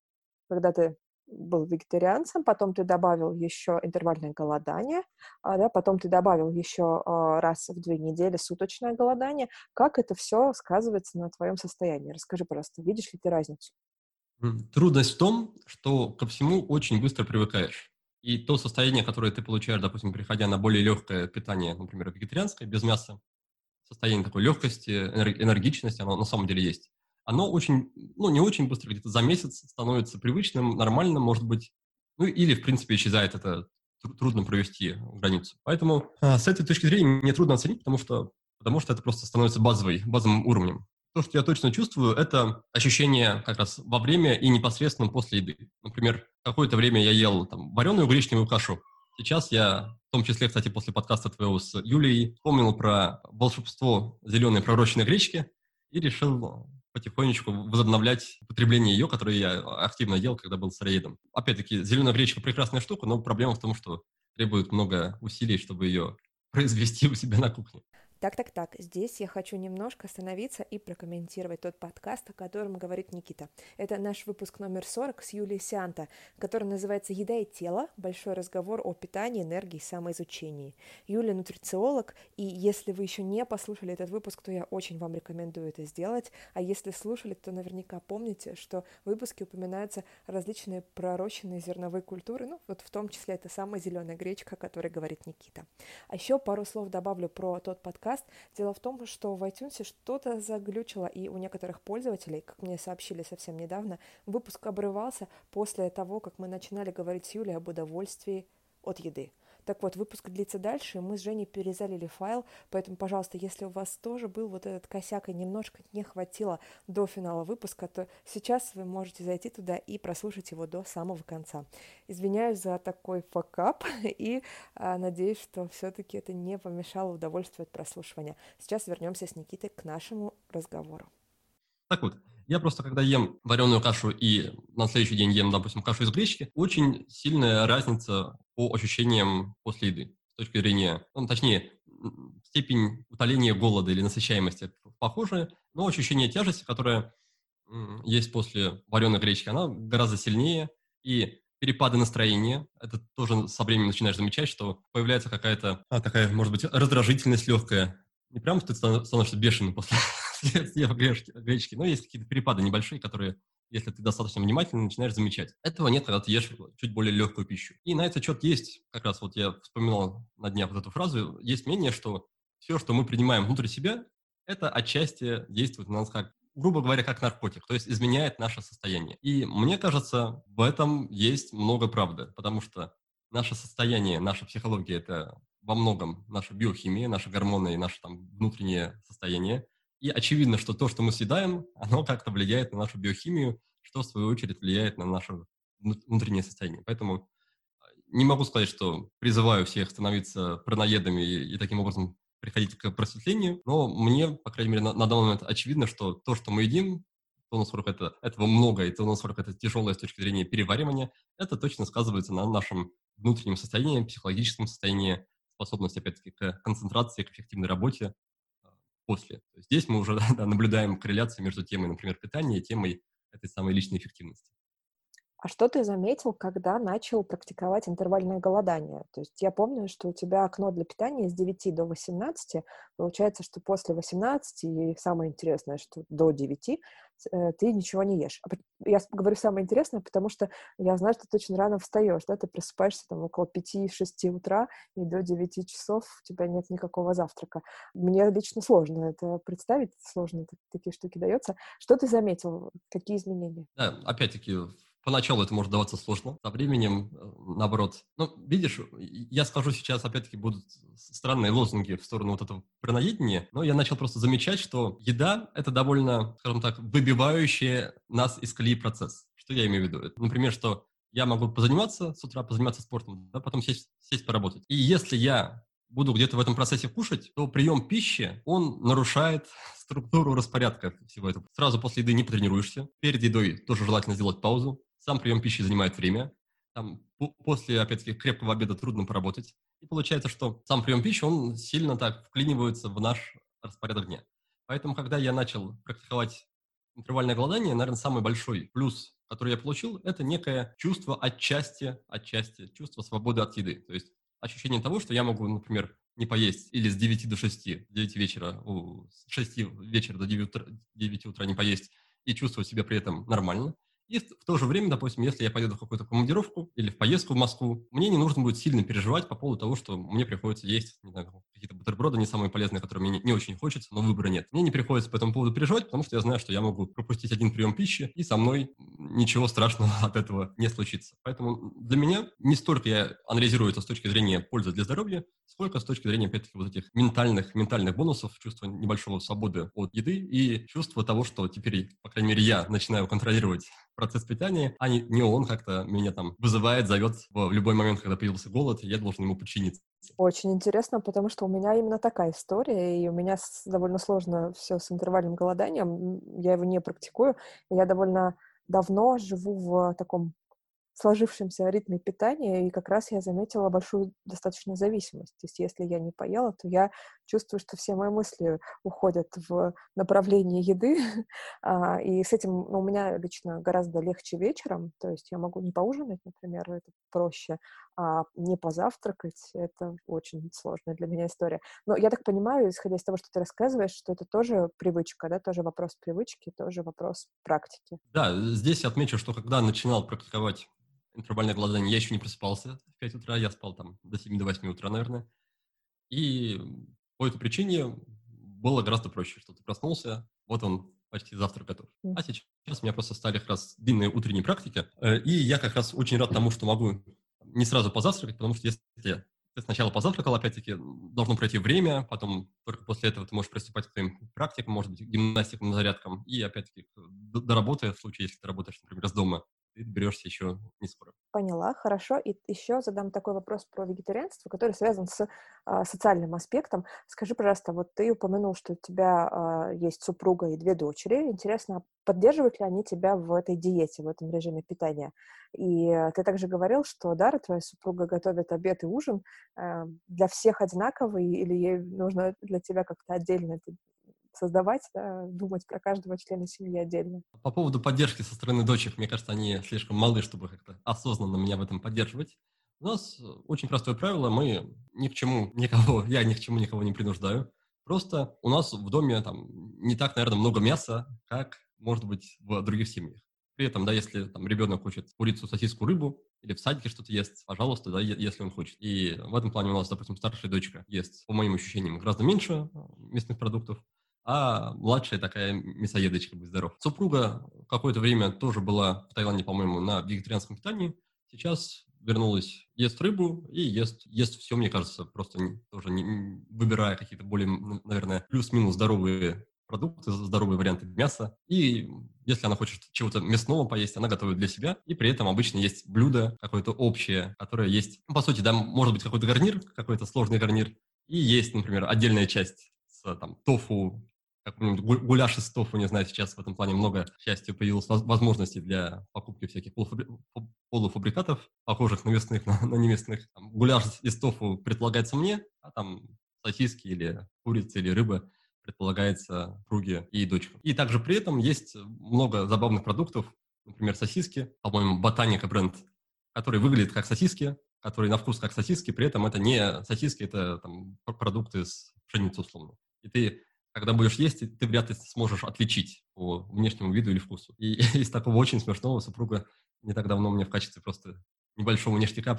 когда ты был вегетарианцем, потом ты добавил еще интервальное голодание, да, потом ты добавил еще раз в 2 недели суточное голодание. Как это все сказывается на твоем состоянии? Расскажи, пожалуйста, видишь ли ты разницу? Трудность в том, что ко всему очень быстро привыкаешь. И то состояние, которое ты получаешь, допустим, переходя на более легкое питание, например, вегетарианское, без мяса, состояние такой легкости, энергичности, оно на самом деле есть. Оно очень, ну, не очень быстро, где-то за месяц становится привычным, нормальным, может быть. Ну, или, в принципе, исчезает это, трудно провести границу. Поэтому с этой точки зрения мне трудно оценить, потому что это просто становится базовым уровнем. То, что я точно чувствую, это ощущение как раз во время и непосредственно после еды. Например, какое-то время я ел там вареную гречневую кашу. Сейчас я, в том числе, кстати, после подкаста твоего с Юлией, вспомнил про волшебство зеленой пророщенной гречки и решил потихонечку возобновлять употребление ее, которое я активно ел, когда был сыроедом. Опять-таки, зеленая гречка прекрасная штука, но проблема в том, что требует много усилий, чтобы ее произвести у себя на кухне. Так, здесь я хочу немножко остановиться и прокомментировать тот подкаст, о котором говорит Никита. Это наш выпуск номер 40 с Юлией Сианто, который называется «Еда и тело. Большой разговор о питании, энергии и самоизучении». Юлия нутрициолог, и если вы еще не послушали этот выпуск, то я очень вам рекомендую это сделать, а если слушали, то наверняка помните, что в выпуске упоминаются различные пророщенные зерновые культуры, ну вот в том числе это самая зеленая гречка, о которой говорит Никита. А еще пару слов добавлю про тот подкаст. Дело в том, что в iTunes что-то заглючило, и у некоторых пользователей, как мне сообщили совсем недавно, выпуск обрывался после того, как мы начинали говорить с Юлей об удовольствии от еды. Так вот, выпуск длится дальше, и мы с Женей перезалили файл, поэтому, пожалуйста, если у вас тоже был вот этот косяк и немножко не хватило до финала выпуска, то сейчас вы можете зайти туда и прослушать его до самого конца. Извиняюсь за такой факап и надеюсь, что все-таки это не помешало удовольствию от прослушивания. Сейчас вернемся с Никитой к нашему разговору. Так вот, я просто, когда ем вареную кашу и на следующий день ем, допустим, кашу из гречки, очень сильная разница по ощущениям после еды. С точки зрения, ну, точнее, степень утоления голода или насыщаемости похожая, но ощущение тяжести, которое есть после вареной гречки, она гораздо сильнее. И перепады настроения, это тоже со временем начинаешь замечать, что появляется какая-то такая, может быть, раздражительность легкая. Не прям, что ты становишься бешеным после съев гречки, но есть какие-то перепады небольшие, которые, если ты достаточно внимательно, начинаешь замечать. Этого нет, когда ты ешь чуть более легкую пищу. И на этот счет есть, как раз вот я вспоминал на днях вот эту фразу, есть мнение, что все, что мы принимаем внутрь себя, это отчасти действует на нас как, грубо говоря, как наркотик, то есть изменяет наше состояние. И мне кажется, в этом есть много правды, потому что наше состояние, наша психология – это во многом наша биохимия, наши гормоны и наше там внутреннее состояние. И очевидно, что то, что мы съедаем, оно как-то влияет на нашу биохимию, что в свою очередь влияет на наше внутреннее состояние. Поэтому не могу сказать, что призываю всех становиться праноедами и таким образом приходить к просветлению, но мне, по крайней мере, на данный момент очевидно, что то, что мы едим, то, насколько этого много, и то, насколько это тяжелое с точки зрения переваривания, это точно сказывается на нашем внутреннем состоянии, психологическом состоянии, способности, опять-таки, к концентрации, к эффективной работе после. То есть здесь мы уже да, наблюдаем корреляцию между темой, например, питания и темой этой самой личной эффективности. А что ты заметил, когда начал практиковать интервальное голодание? То есть я помню, что у тебя окно для питания с 9 до 18. Получается, что после 18, и самое интересное, что до 9, ты ничего не ешь. Я говорю самое интересное, потому что я знаю, что ты очень рано встаешь, да? Ты просыпаешься там около 5-6 утра, и до 9 часов у тебя нет никакого завтрака. Мне лично сложно это представить, сложно такие штуки даются. Что ты заметил? Какие изменения? Да, опять-таки, поначалу это может даваться сложно, со временем, наоборот. Ну, видишь, я скажу сейчас, опять-таки, будут странные лозунги в сторону вот этого праноедения, но я начал просто замечать, что еда – это довольно, скажем так, выбивающий нас из колеи процесс. Что я имею в виду? Это, например, что я могу позаниматься с утра, позаниматься спортом, да, потом сесть поработать. И если я буду где-то в этом процессе кушать, то прием пищи, он нарушает структуру распорядка всего этого. Сразу после еды не потренируешься. Перед едой тоже желательно сделать паузу. Сам прием пищи занимает время. Там, после, опять-таки, крепкого обеда трудно поработать. И получается, что сам прием пищи, он сильно так вклинивается в наш распорядок дня. Поэтому, когда я начал практиковать интервальное голодание, наверное, самый большой плюс, который я получил, это некое чувство отчасти чувство свободы от еды. То есть ощущение того, что я могу, например, не поесть или с 9 до 6, 9 вечера, с 6 вечера до 9 утра не поесть и чувствовать себя при этом нормально. И в то же время, допустим, если я поеду в какую-то командировку или в поездку в Москву, мне не нужно будет сильно переживать по поводу того, что мне приходится есть, не знаю, какие-то бутерброды не самые полезные, которые мне не очень хочется, но выбора нет. Мне не приходится по этому поводу переживать, потому что я знаю, что я могу пропустить один прием пищи, и со мной ничего страшного от этого не случится. Поэтому для меня не столько я анализирую это с точки зрения пользы для здоровья, сколько с точки зрения, опять-таки, вот этих ментальных бонусов, чувства небольшого свободы от еды и чувства того, что теперь, по крайней мере, я начинаю контролировать процесс питания, а не он как-то меня там вызывает, зовет в любой момент, когда появился голод, и я должен ему подчиниться. Очень интересно, потому что у меня именно такая история, и у меня довольно сложно все с интервальным голоданием. Я его не практикую. Я довольно давно живу в таком сложившемся ритме питания, и как раз я заметила большую достаточно зависимость. То есть если я не поела, то я чувствую, что все мои мысли уходят в направлении еды, и с этим у меня лично гораздо легче вечером, то есть я могу не поужинать, например, это проще, а не позавтракать — это очень сложная для меня история. Но я так понимаю, исходя из того, что ты рассказываешь, что это тоже привычка, да, тоже вопрос привычки, тоже вопрос практики. Да, здесь я отмечу, что когда начинал практиковать интервальное голодание, я еще не просыпался в 5 утра, я спал там до 7-8 утра, наверное. И по этой причине было гораздо проще, что ты проснулся, вот он, почти завтрак готов. А сейчас у меня просто стали как раз длинные утренние практики, и я как раз очень рад тому, что могу не сразу позавтракать, потому что если ты сначала позавтракал, опять-таки, должно пройти время, потом только после этого ты можешь приступать к твоим практикам, может быть, к гимнастикам, зарядкам, и опять-таки до работы, в случае, если ты работаешь, например, из дома, ты доберешься еще не скоро. Поняла, хорошо. И еще задам такой вопрос про вегетарианство, который связан с социальным аспектом. Скажи, пожалуйста, вот ты упомянул, что у тебя есть супруга и 2 дочери. Интересно, поддерживают ли они тебя в этой диете, в этом режиме питания? И ты также говорил, что Дара, твоя супруга, готовит обед и ужин для всех одинаковый, или ей нужно для тебя как-то отдельно это создавать, да, думать про каждого члена семьи отдельно? По поводу поддержки со стороны дочек, мне кажется, они слишком малы, чтобы как-то осознанно меня в этом поддерживать. У нас очень простое правило, мы ни к чему никого, я ни к чему никого не принуждаю. Просто у нас в доме там не так, наверное, много мяса, как может быть в других семьях. При этом, да, если там ребенок хочет курицу, сосиску, рыбу, или в садике что-то ест, пожалуйста, да, если он хочет. И в этом плане у нас, допустим, старшая дочка ест, по моим ощущениям, гораздо меньше мясных продуктов, а младшая такая мясоедочка, будь здоров. Супруга какое-то время тоже была в Таиланде, по-моему, на вегетарианском питании. Сейчас вернулась, ест рыбу и ест все, мне кажется, просто тоже выбирая какие-то более, наверное, плюс-минус здоровые продукты, здоровые варианты мяса. И если она хочет чего-то мясного поесть, она готовит для себя. И при этом обычно есть блюдо какое-то общее, которое есть, ну, по сути, да, может быть какой-то гарнир, какой-то сложный гарнир, И есть, например, отдельная часть с там тофу, какой-нибудь гуляш из тофу, не знаю, сейчас в этом плане много, к счастью, появилось возможностей для покупки всяких полуфабрикатов, похожих на мясных, на немясных. Там, гуляш из тофу предполагается мне, а там сосиски или курица или рыба предполагается супруге и дочкам. И также при этом есть много забавных продуктов, например, сосиски, по-моему, Ботаника бренд, который выглядит как сосиски, который на вкус как сосиски, при этом это не сосиски, это там продукты с пшеницы условно. И ты, когда будешь есть, ты вряд ли сможешь отличить по внешнему виду или вкусу. И из такого очень смешного супруга не так давно мне в качестве просто небольшого ништяка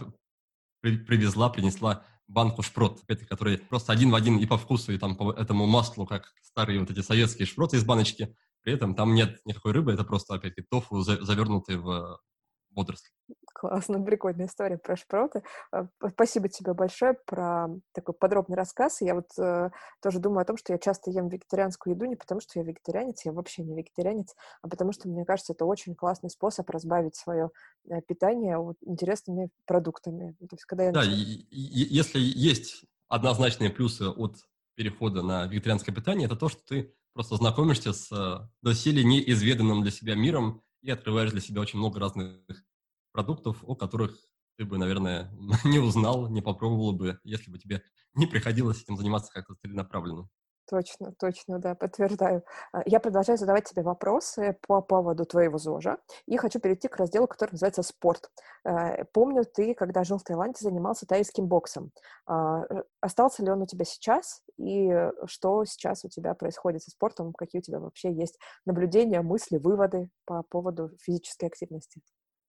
принесла банку шпрот, опять-таки, которые просто один в один и по вкусу, и там по этому маслу, как старые вот эти советские шпроты из баночки. При этом там нет никакой рыбы, это просто, опять-таки, тофу, завернутый в водоросли. Классно, прикольная история про шпроты. Спасибо тебе большое про такой подробный рассказ. Я вот тоже думаю о том, что я часто ем вегетарианскую еду не потому, что я вегетарианец, я вообще не вегетарианец, а потому что, мне кажется, это очень классный способ разбавить свое питание вот интересными продуктами. То есть, когда я Да, начинаю... если есть однозначные плюсы от перехода на вегетарианское питание, это то, что ты просто знакомишься с доселе неизведанным для себя миром и открываешь для себя очень много разных продуктов, о которых ты бы, наверное, не узнал, не попробовал бы, если бы тебе не приходилось этим заниматься как-то целенаправленно. Точно, точно, да, подтверждаю. Я продолжаю задавать тебе вопросы по поводу твоего ЗОЖа и хочу перейти к разделу, который называется «Спорт». Помню, ты, когда жил в Таиланде, занимался тайским боксом. Остался ли он у тебя сейчас? И что сейчас у тебя происходит со спортом? Какие у тебя вообще есть наблюдения, мысли, выводы по поводу физической активности?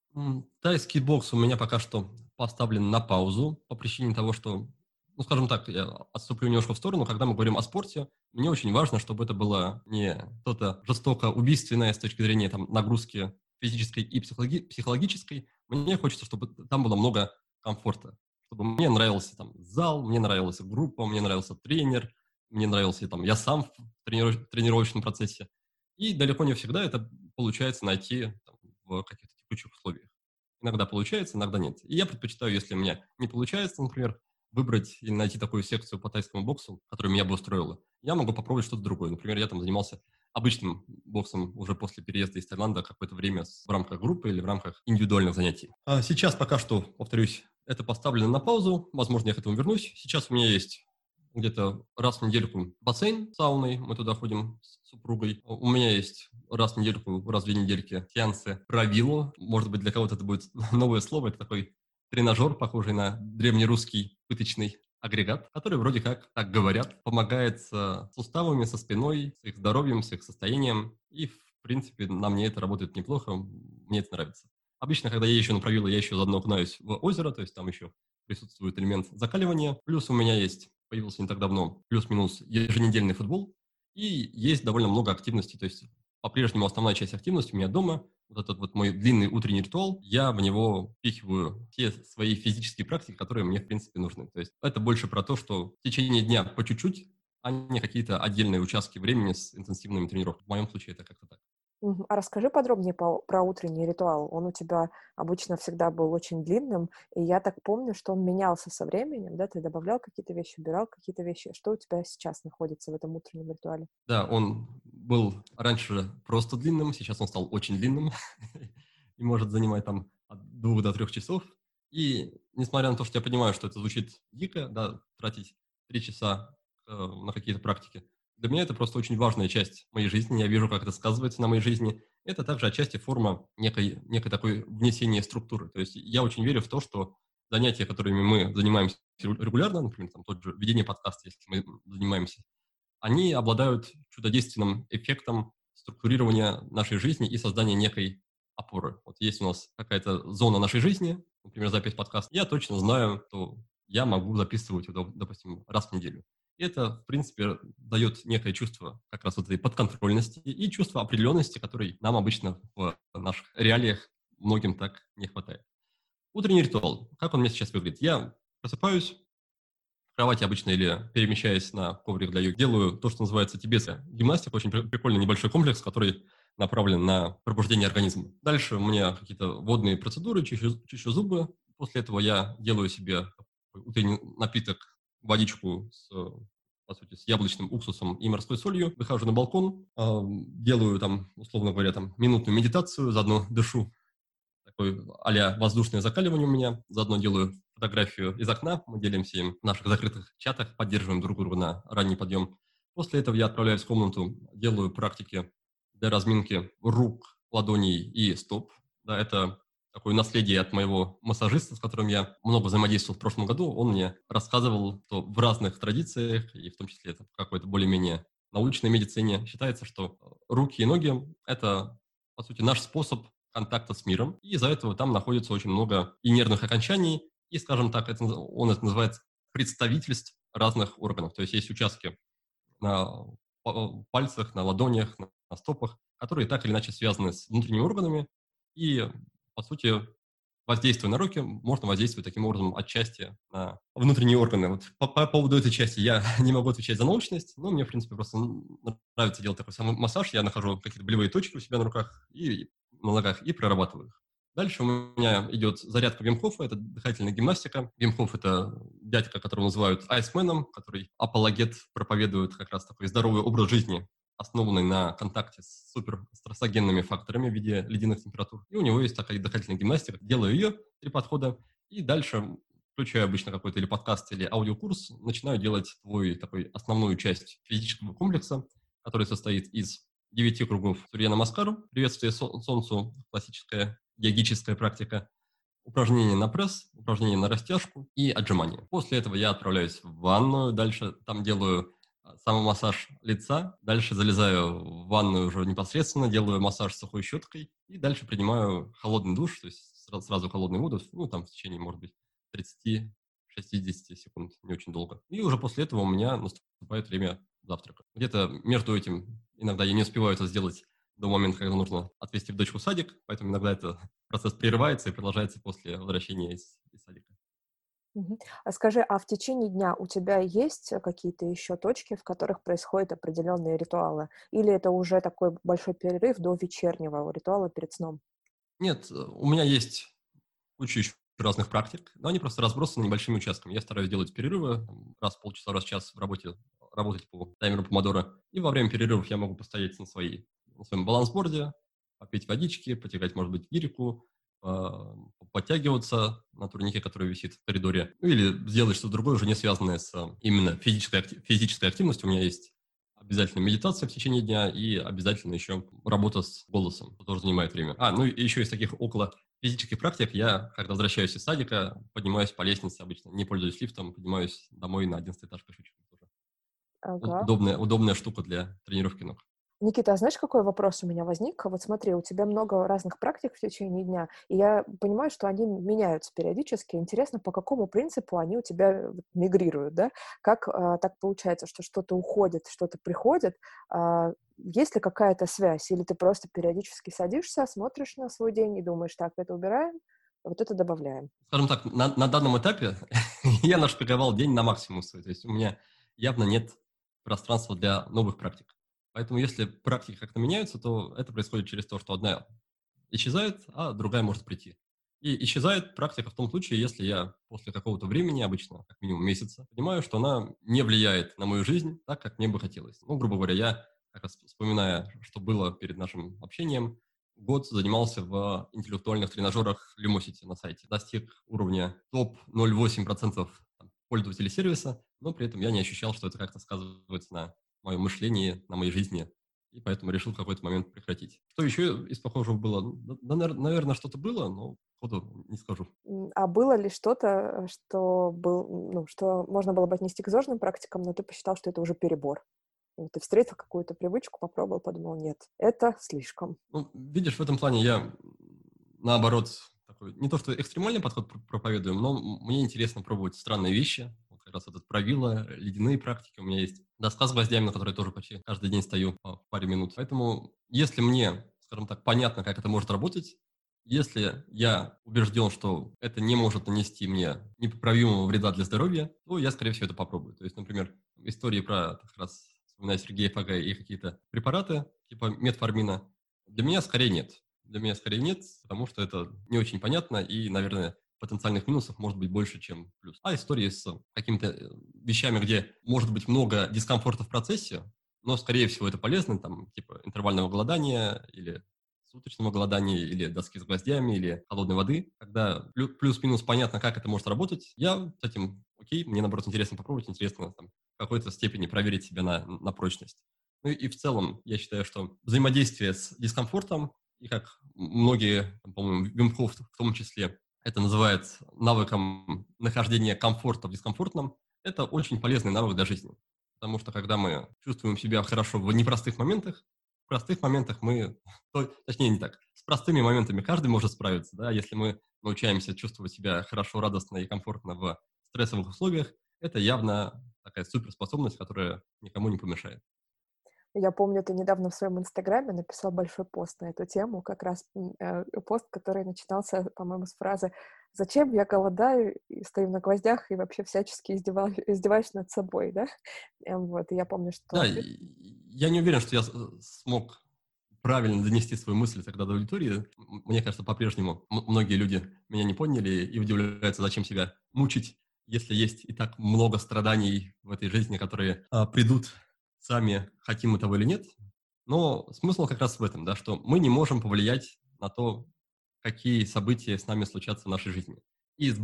Тайский бокс у меня пока что поставлен на паузу по причине того, что, ну, скажем так, я отступлю немножко в сторону. Когда мы говорим о спорте, мне очень важно, чтобы это было не что-то жестоко убийственное с точки зрения там, нагрузки физической и психологической. Мне хочется, чтобы там было много комфорта, чтобы мне нравился там зал, мне нравилась группа, мне нравился тренер, мне нравился там я сам в тренировочном процессе. И далеко не всегда это получается найти там, в каких-то текучих условиях. Иногда получается, иногда нет. И я предпочитаю, если у меня не получается, например, выбрать или найти такую секцию по тайскому боксу, которая меня бы устроила. Я могу попробовать что-то другое. Например, я там занимался обычным боксом уже после переезда из Таиланда какое-то время в рамках группы или в рамках индивидуальных занятий. А сейчас пока что, повторюсь, это поставлено на паузу. Возможно, я к этому вернусь. Сейчас у меня есть где-то раз в недельку бассейн с сауной, мы туда ходим с супругой. У меня есть раз в недельку, раз в 2 недельки сеансы правило. Может быть, для кого-то это будет новое слово. Это такой тренажер, похожий на древнерусский пыточный агрегат, который вроде как, так говорят, помогает с суставами, со спиной, с их здоровьем, с их состоянием. И, в принципе, на мне это работает неплохо, мне это нравится. Обычно, когда я езжу на правило, я еще заодно окунаюсь в озеро, то есть там еще присутствует элемент закаливания. Плюс у меня появился не так давно, плюс-минус еженедельный футбол, и есть довольно много активностей, то есть по-прежнему основная часть активности у меня дома, вот этот вот мой длинный утренний ритуал, я в него впихиваю те свои физические практики, которые мне, в принципе, нужны. То есть это больше про то, что в течение дня по чуть-чуть, а не какие-то отдельные участки времени с интенсивными тренировками. В моем случае это как-то так. Мгм. А расскажи подробнее про утренний ритуал. Он у тебя обычно всегда был очень длинным, и я так помню, что он менялся со временем, да? Ты добавлял какие-то вещи, убирал какие-то вещи. Что у тебя сейчас находится в этом утреннем ритуале? Да, он был раньше просто длинным, сейчас он стал очень длинным и может занимать там от 2 до 3 часов. И несмотря на то, что я понимаю, что это звучит дико, да, тратить 3 часа на какие-то практики, для меня это просто очень важная часть моей жизни. Я вижу, как это сказывается на моей жизни. Это также отчасти форма некой такой внесения структуры. То есть я очень верю в то, что занятия, которыми мы занимаемся регулярно, например, там тот же ведение подкаста, если мы занимаемся, они обладают чудодейственным эффектом структурирования нашей жизни и создания некой опоры. Вот есть у нас какая-то зона нашей жизни, например, запись подкаста, я точно знаю, что я могу записывать его, допустим, раз в неделю. И это, в принципе, дает некое чувство как раз вот этой подконтрольности и чувство определенности, которой нам обычно в наших реалиях многим так не хватает. Утренний ритуал. Как он у меня сейчас выглядит? Я просыпаюсь, в кровати обычно или перемещаясь на коврик для йоги, делаю то, что называется тибетская гимнастика, очень прикольный небольшой комплекс, который направлен на пробуждение организма. Дальше у меня какие-то водные процедуры, чищу зубы. После этого я делаю себе утренний напиток водичку по сути, с яблочным уксусом и морской солью, выхожу на балкон, делаю там, условно говоря, там минутную медитацию, заодно дышу, такой а-ля воздушное закаливание у меня, заодно делаю фотографию из окна, мы делимся им в наших закрытых чатах, поддерживаем друг друга на ранний подъем. После этого я отправляюсь в комнату, делаю практики для разминки рук, ладоней и стоп. Да, это такое наследие от моего массажиста, с которым я много взаимодействовал в прошлом году. Он мне рассказывал, что в разных традициях, и в том числе это в какой-то более-менее научной медицине, считается, что руки и ноги – это, по сути, наш способ контакта с миром, и из-за этого там находится очень много и нервных окончаний, и, скажем так, он это называет представительств разных органов. То есть есть участки на пальцах, на ладонях, на стопах, которые так или иначе связаны с внутренними органами, и, по сути, воздействуя на руки, можно воздействовать таким образом отчасти на внутренние органы. Вот по поводу этой части я не могу отвечать за научность, но мне, в принципе, просто нравится делать такой самый массаж. Я нахожу какие-то болевые точки у себя на руках и на ногах и прорабатываю их. Дальше у меня идет зарядка Вим Хофа, это дыхательная гимнастика. Вим Хоф – это дядька, которого называют айсменом, который апологет, проповедует как раз такой здоровый образ жизни, основанный на контакте с суперстрессогенными факторами в виде ледяных температур. И у него есть такая дыхательная гимнастика. Делаю ее 3 подхода, и дальше, включая обычно какой-то или подкаст, или аудиокурс, начинаю делать твой такой основную часть физического комплекса, который состоит из 9 кругов Сурья Намаскар, приветствие солнцу, классическая йогическая практика, упражнения на пресс, упражнения на растяжку и отжимания. После этого я отправляюсь в ванную, дальше там делаю самомассаж лица, дальше залезаю в ванную уже непосредственно, делаю массаж сухой щеткой и дальше принимаю холодный душ, то есть сразу холодную воду, ну там в течение, может быть, 30-60 секунд, не очень долго. И уже после этого у меня наступает время завтрака. Где-то между этим иногда я не успеваю это сделать до момента, когда нужно отвезти в дочку в садик, поэтому иногда этот процесс прерывается и продолжается после возвращения из садика. Мгм. А скажи, а в течение дня у тебя есть какие-то еще точки, в которых происходят определенные ритуалы? Или это уже такой большой перерыв до вечернего ритуала перед сном? Нет, у меня есть куча еще разных практик, но они просто разбросаны небольшими участками. Я стараюсь делать перерывы, раз в полчаса, раз в час в работе, работать по таймеру помодоро. И во время перерывов я могу постоять на своем балансборде, попить водички, потягать, может быть, гирику, подтягиваться на турнике, который висит в коридоре, ну, или сделать что-то другое, уже не связанное с именно физической активностью. У меня есть обязательно медитация в течение дня и обязательно еще работа с голосом, что тоже занимает время. Ну и еще из таких около физических практик я, когда возвращаюсь из садика, поднимаюсь по лестнице обычно, не пользуюсь лифтом, поднимаюсь домой на 11 этаж пешочком тоже. Ага. Удобная штука для тренировки ног. Никита, а знаешь, какой вопрос у меня возник? Вот смотри, у тебя много разных практик в течение дня, и я понимаю, что они меняются периодически. Интересно, по какому принципу они у тебя мигрируют, да? Как так получается, что что-то уходит, что-то приходит? Есть ли какая-то связь? Или ты просто периодически садишься, смотришь на свой день и думаешь, так, это убираем, а вот это добавляем? Скажем так, на данном этапе я нашпиговал день на максимум свой. То есть у меня явно нет пространства для новых практик. Поэтому если практики как-то меняются, то это происходит через то, что одна исчезает, а другая может прийти. И исчезает практика в том случае, если я после какого-то времени, обычно как минимум месяца, понимаю, что она не влияет на мою жизнь так, как мне бы хотелось. Ну, грубо говоря, я, как раз вспоминая, что было перед нашим общением, год занимался в интеллектуальных тренажерах Lumosity на сайте. Достиг уровня топ 0,8% пользователей сервиса, но при этом я не ощущал, что это как-то сказывается на моем мышлении, на моей жизни, и поэтому решил в какой-то момент прекратить. Что еще из похожего было? Да, наверное, что-то было, но сходу не скажу. А было ли что-то, что можно было бы отнести к зожным практикам, но ты посчитал, что это уже перебор? Вот ты встретил какую-то привычку, попробовал, подумал, нет, это слишком. Ну, видишь, в этом плане я, наоборот, такой, не то что экстремальный подход проповедую, но мне интересно пробовать странные вещи. Вот как раз этот правило, ледяные практики. У меня есть доска с гвоздями, на которой тоже почти каждый день стою по паре минут. Поэтому, если мне, скажем так, понятно, как это может работать, если я убежден, что это не может нанести мне непоправимого вреда для здоровья, то я, скорее всего, это попробую. То есть, например, истории про, как раз, вспоминаю Сергея Фага и какие-то препараты, типа метформина, для меня скорее нет. Для меня скорее нет, потому что это не очень понятно и, наверное, потенциальных минусов может быть больше, чем плюс. А истории с какими-то вещами, где может быть много дискомфорта в процессе, но, скорее всего, это полезно, там, типа интервального голодания или суточного голодания, или доски с гвоздями, или холодной воды, когда плюс-минус понятно, как это может работать, я с этим окей, мне, наоборот, интересно попробовать, интересно там, в какой-то степени проверить себя на прочность. Ну и в целом, я считаю, что взаимодействие с дискомфортом, и как многие, там, по-моему, Вим Хоф в том числе, это называют навыком нахождения комфорта в дискомфортном, это очень полезный навык для жизни. Потому что когда мы чувствуем себя хорошо в непростых моментах, в простых моментах мы, точнее не так, с простыми моментами каждый может справиться, да, если мы научаемся чувствовать себя хорошо, радостно и комфортно в стрессовых условиях, это явно такая суперспособность, которая никому не помешает. Я помню, ты недавно в своем инстаграме написал большой пост на эту тему, как раз пост, который начинался, по-моему, с фразы «Зачем я голодаю и стою на гвоздях и вообще всячески издеваюсь над собой», да? Вот, и я помню, Да, что ты... я не уверен, что я смог правильно донести свою мысль тогда до аудитории. Мне кажется, по-прежнему многие люди меня не поняли и удивляются, зачем себя мучить, если есть и так много страданий в этой жизни, которые придут сами, хотим мы того или нет. Но смысл как раз в этом, да, что мы не можем повлиять на то, какие события с нами случатся в нашей жизни. И с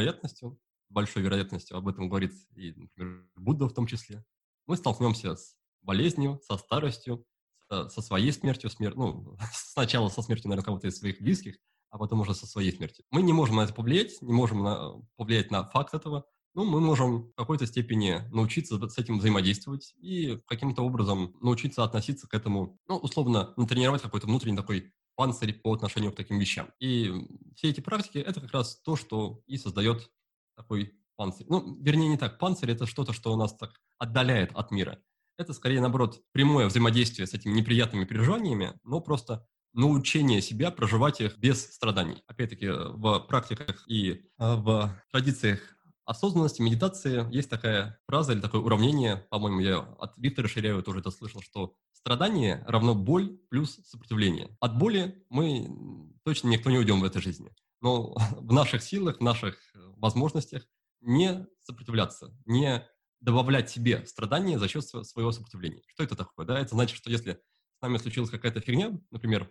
большой вероятностью об этом говорит и, например, Будда в том числе, мы столкнемся с болезнью, со старостью, со своей смертью, ну, сначала со смертью, наверное, кого-то из своих близких, а потом уже со своей смертью. Мы не можем на это повлиять, не можем повлиять на факт этого, но мы можем в какой-то степени научиться с этим взаимодействовать и каким-то образом научиться относиться к этому, ну, условно, натренировать какой-то внутренний такой панцирь по отношению к таким вещам. И все эти практики – это как раз то, что и создает такой панцирь. Ну, вернее, не так. Панцирь – это что-то, что нас так отдаляет от мира. Это скорее, наоборот, прямое взаимодействие с этими неприятными переживаниями, но просто научение себя проживать их без страданий. Опять-таки, в практиках и в традициях осознанности, медитации есть такая фраза или такое уравнение, по-моему, я от Виктора Ширяева тоже это слышал, что страдание равно боль плюс сопротивление. От боли мы точно никто не уйдем в этой жизни. Но в наших силах, в наших возможностях не сопротивляться, не добавлять себе страдания за счет своего сопротивления. Что это такое? Да? Это значит, что если с нами случилась какая-то фигня, например,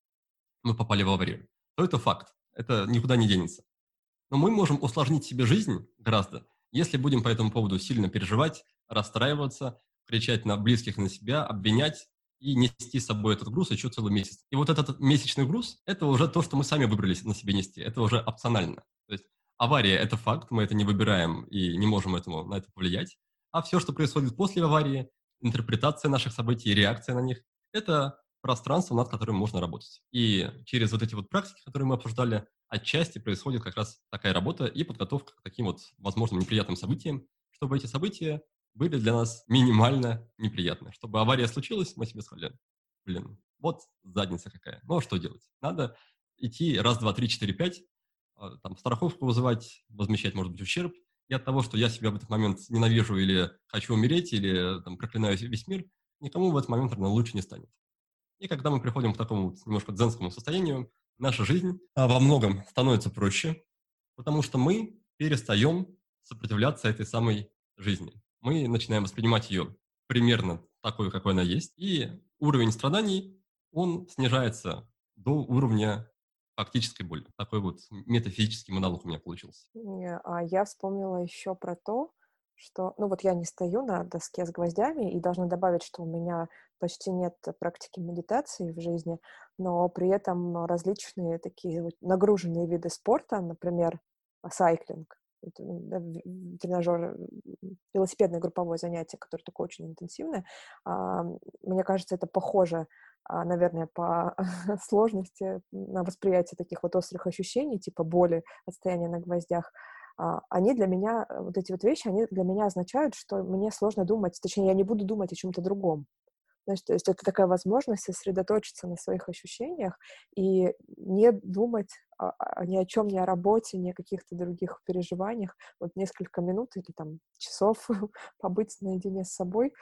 мы попали в аварию, то это факт, это никуда не денется. Но мы можем усложнить себе жизнь гораздо, если будем по этому поводу сильно переживать, расстраиваться, кричать на близких, на себя, обвинять и нести с собой этот груз еще целый месяц. И вот этот месячный груз – это уже то, что мы сами выбрали на себе нести. Это уже опционально. То есть авария – это факт, мы это не выбираем и не можем на это повлиять. А все, что происходит после аварии, интерпретация наших событий, реакция на них – это пространство, над которым можно работать. И через вот эти вот практики, которые мы обсуждали, отчасти происходит как раз такая работа и подготовка к таким вот возможным неприятным событиям, чтобы эти события были для нас минимально неприятны. Чтобы авария случилась, мы себе сказали, блин, вот задница какая. Ну, а что делать? Надо идти раз, два, три, четыре, пять, там, страховку вызывать, возмещать, может быть, ущерб. И от того, что я себя в этот момент ненавижу или хочу умереть, или там, проклинаю весь мир, никому в этот момент, наверное, лучше не станет. И когда мы приходим к такому вот немножко дзенскому состоянию, наша жизнь во многом становится проще, потому что мы перестаем сопротивляться этой самой жизни. Мы начинаем воспринимать ее примерно такой, какой она есть, и уровень страданий, он снижается до уровня фактической боли. Такой вот метафизический монолог у меня получился. А я вспомнила еще про то, что, ну вот я не стою на доске с гвоздями, и должна добавить, что у меня почти нет практики медитации в жизни, но при этом различные такие вот нагруженные виды спорта, например, сайклинг, тренажер, велосипедное групповое занятие, которое такое очень интенсивное, мне кажется, это похоже, наверное, по сложности на восприятие таких вот острых ощущений, типа боли от стояния на гвоздях. Они для меня, вот эти вот вещи, они для меня означают, что мне сложно думать, точнее, я не буду думать о чем-то другом. Знаешь, то есть это такая возможность сосредоточиться на своих ощущениях и не думать ни о чем, ни о работе, ни о каких-то других переживаниях. Вот несколько минут или там часов побыть наедине с собой,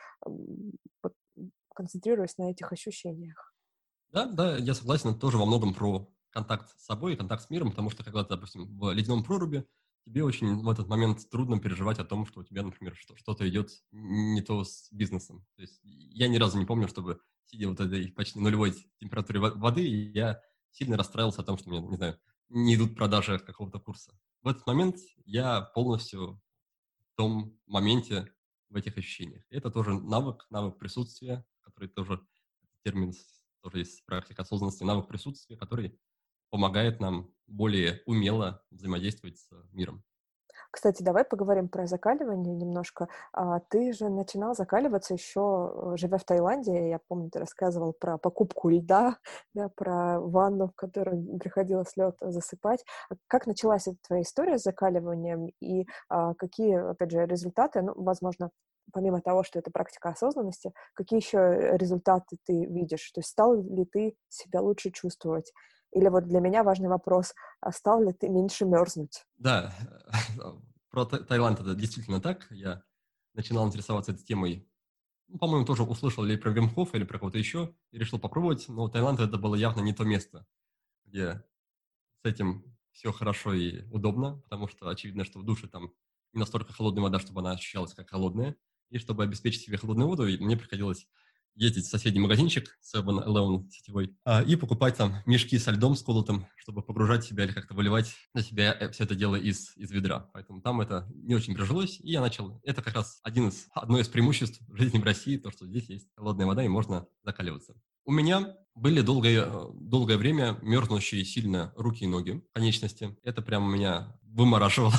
вот, концентрируясь на этих ощущениях. Да, да, я согласен, это тоже во многом про контакт с собой и контакт с миром, потому что когда ты, допустим, в ледяном проруби, тебе очень в этот момент трудно переживать о том, что у тебя, например, что-то идет не то с бизнесом. То есть я ни разу не помню, чтобы, сидя вот этой почти нулевой температуре воды, я сильно расстраивался о том, что мне, не знаю, не идут продажи какого-то курса. В этот момент я полностью в том моменте, в этих ощущениях. И это тоже навык присутствия, который тоже, термин тоже есть практика осознанности, навык присутствия, который помогает нам более умело взаимодействовать с миром. Кстати, давай поговорим про закаливание немножко. Ты же начинал закаливаться еще, живя в Таиланде. Я помню, ты рассказывал про покупку льда, да, про ванну, в которой приходилось лед засыпать. Как началась эта твоя история с закаливанием и какие, опять же, результаты, ну, возможно, помимо того, что это практика осознанности, какие еще результаты ты видишь? То есть стал ли ты себя лучше чувствовать? Или вот для меня важный вопрос, стал ли ты меньше мерзнуть? Да, про Таиланд это действительно так. Я начинал интересоваться этой темой, ну, по-моему, тоже услышал или про Вим Хофа, или про кого-то еще, и решил попробовать, но Таиланд это было явно не то место, где с этим все хорошо и удобно, потому что очевидно, что в душе там не настолько холодная вода, чтобы она ощущалась как холодная. И чтобы обеспечить себе холодную воду, мне приходилось ездить в соседний магазинчик 7-Eleven сетевой и покупать там мешки со льдом с колотым, чтобы погружать себя или как-то выливать на себя все это дело из ведра. Поэтому там это не очень прижилось, и я начал... Это как раз одно из преимуществ жизни в России, то, что здесь есть холодная вода и можно закаливаться. У меня были долгое время мерзнущие сильно руки и ноги, конечности. Это прям меня вымораживало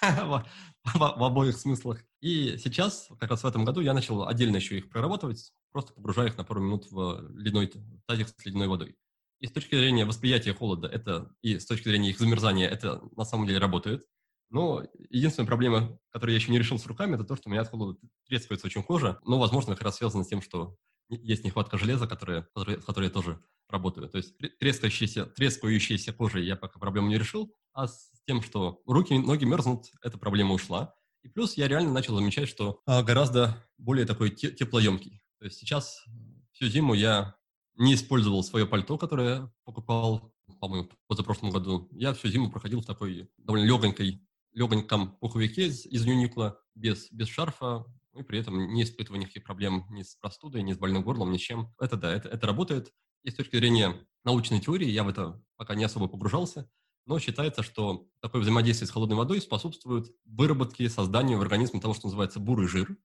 в обоих смыслах. И сейчас, как раз в этом году, я начал отдельно еще их прорабатывать, просто погружая их на пару минут в ледяной тазик с ледяной водой. И с точки зрения восприятия холода и с точки зрения их замерзания, это на самом деле работает. Но единственная проблема, которую я еще не решил с руками, это то, что у меня от холода трескается очень кожа. Но, возможно, как раз связано с тем, что есть нехватка железа, с которой я тоже работаю. То есть трескающейся кожей я пока проблему не решил, а с тем, что руки и ноги мерзнут, эта проблема ушла. И плюс я реально начал замечать, что гораздо более такой теплоемкий. То есть сейчас всю зиму я не использовал свое пальто, которое я покупал, по-моему, позапрошлом году. Я всю зиму проходил в такой довольно легоньком пуховике из Юникла, без шарфа, и при этом не испытывая никаких проблем ни с простудой, ни с больным горлом, ни с чем. Это да, это работает. И с точки зрения научной теории, я в это пока не особо погружался, но считается, что такое взаимодействие с холодной водой способствует выработке, созданию в организме того, что называется бурый жир.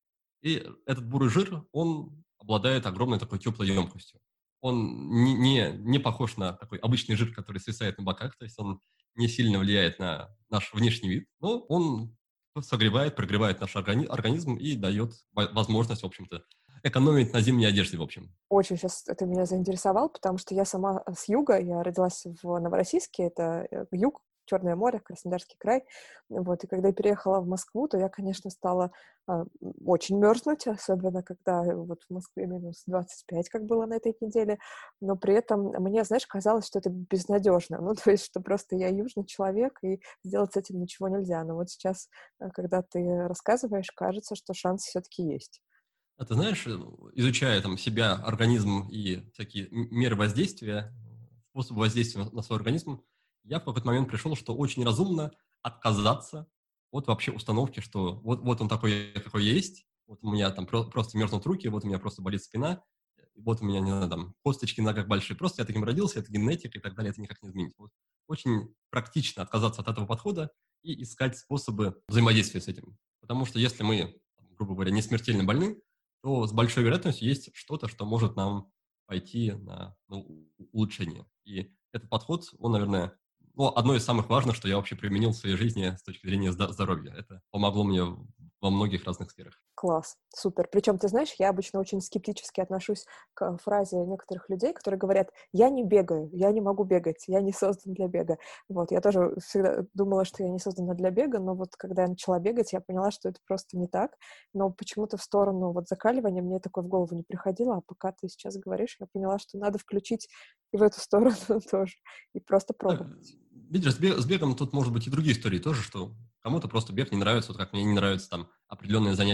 И этот бурый жир, он обладает огромной такой теплой емкостью. Он не похож на такой обычный жир, который свисает на боках, то есть он не сильно влияет на наш внешний вид, но он согревает, прогревает наш организм и дает возможность, в общем-то, экономить на зимней одежде, в общем. Очень сейчас это меня заинтересовал, потому что я сама с юга, я родилась в Новороссийске, это юг, Черное море, Краснодарский край. Вот, и когда я переехала в Москву, то я, конечно, стала очень мерзнуть, особенно когда вот в Москве минус 25, как было на этой неделе, но при этом мне, знаешь, казалось, что это безнадежно, ну, то есть, что просто я южный человек, и сделать с этим ничего нельзя. Но вот сейчас, когда ты рассказываешь, кажется, что шанс все-таки есть. А ты знаешь, изучая там себя, организм и всякие меры воздействия, способы воздействия на свой организм, я в какой-то момент пришел, что очень разумно отказаться от вообще установки, что вот он такой, какой я есть, вот у меня там просто мерзнут руки, вот у меня просто болит спина, вот у меня, не знаю, там косточки на ногах большие, просто я таким родился, это генетика и так далее, это никак не изменить. Вот. Очень практично отказаться от этого подхода и искать способы взаимодействия с этим. Потому что если мы, грубо говоря, не смертельно больны, то с большой вероятностью есть что-то, что может нам пойти на улучшение. И этот подход, он, наверное, одно из самых важных, что я вообще применил в своей жизни с точки зрения здоровья. Это помогло мне во многих разных сферах. Класс, супер. Причем, ты знаешь, я обычно очень скептически отношусь к фразе некоторых людей, которые говорят: «Я не бегаю, я не могу бегать, я не создан для бега». Вот, я тоже всегда думала, что я не создана для бега, но вот когда я начала бегать, я поняла, что это просто не так. Но почему-то в сторону вот закаливания мне такое в голову не приходило, а пока ты сейчас говоришь, я поняла, что надо включить и в эту сторону тоже, и просто Да, пробовать. видишь, с бегом тут может быть и другие истории тоже, что кому-то просто бег не нравится, вот как мне не нравится там определенное занятие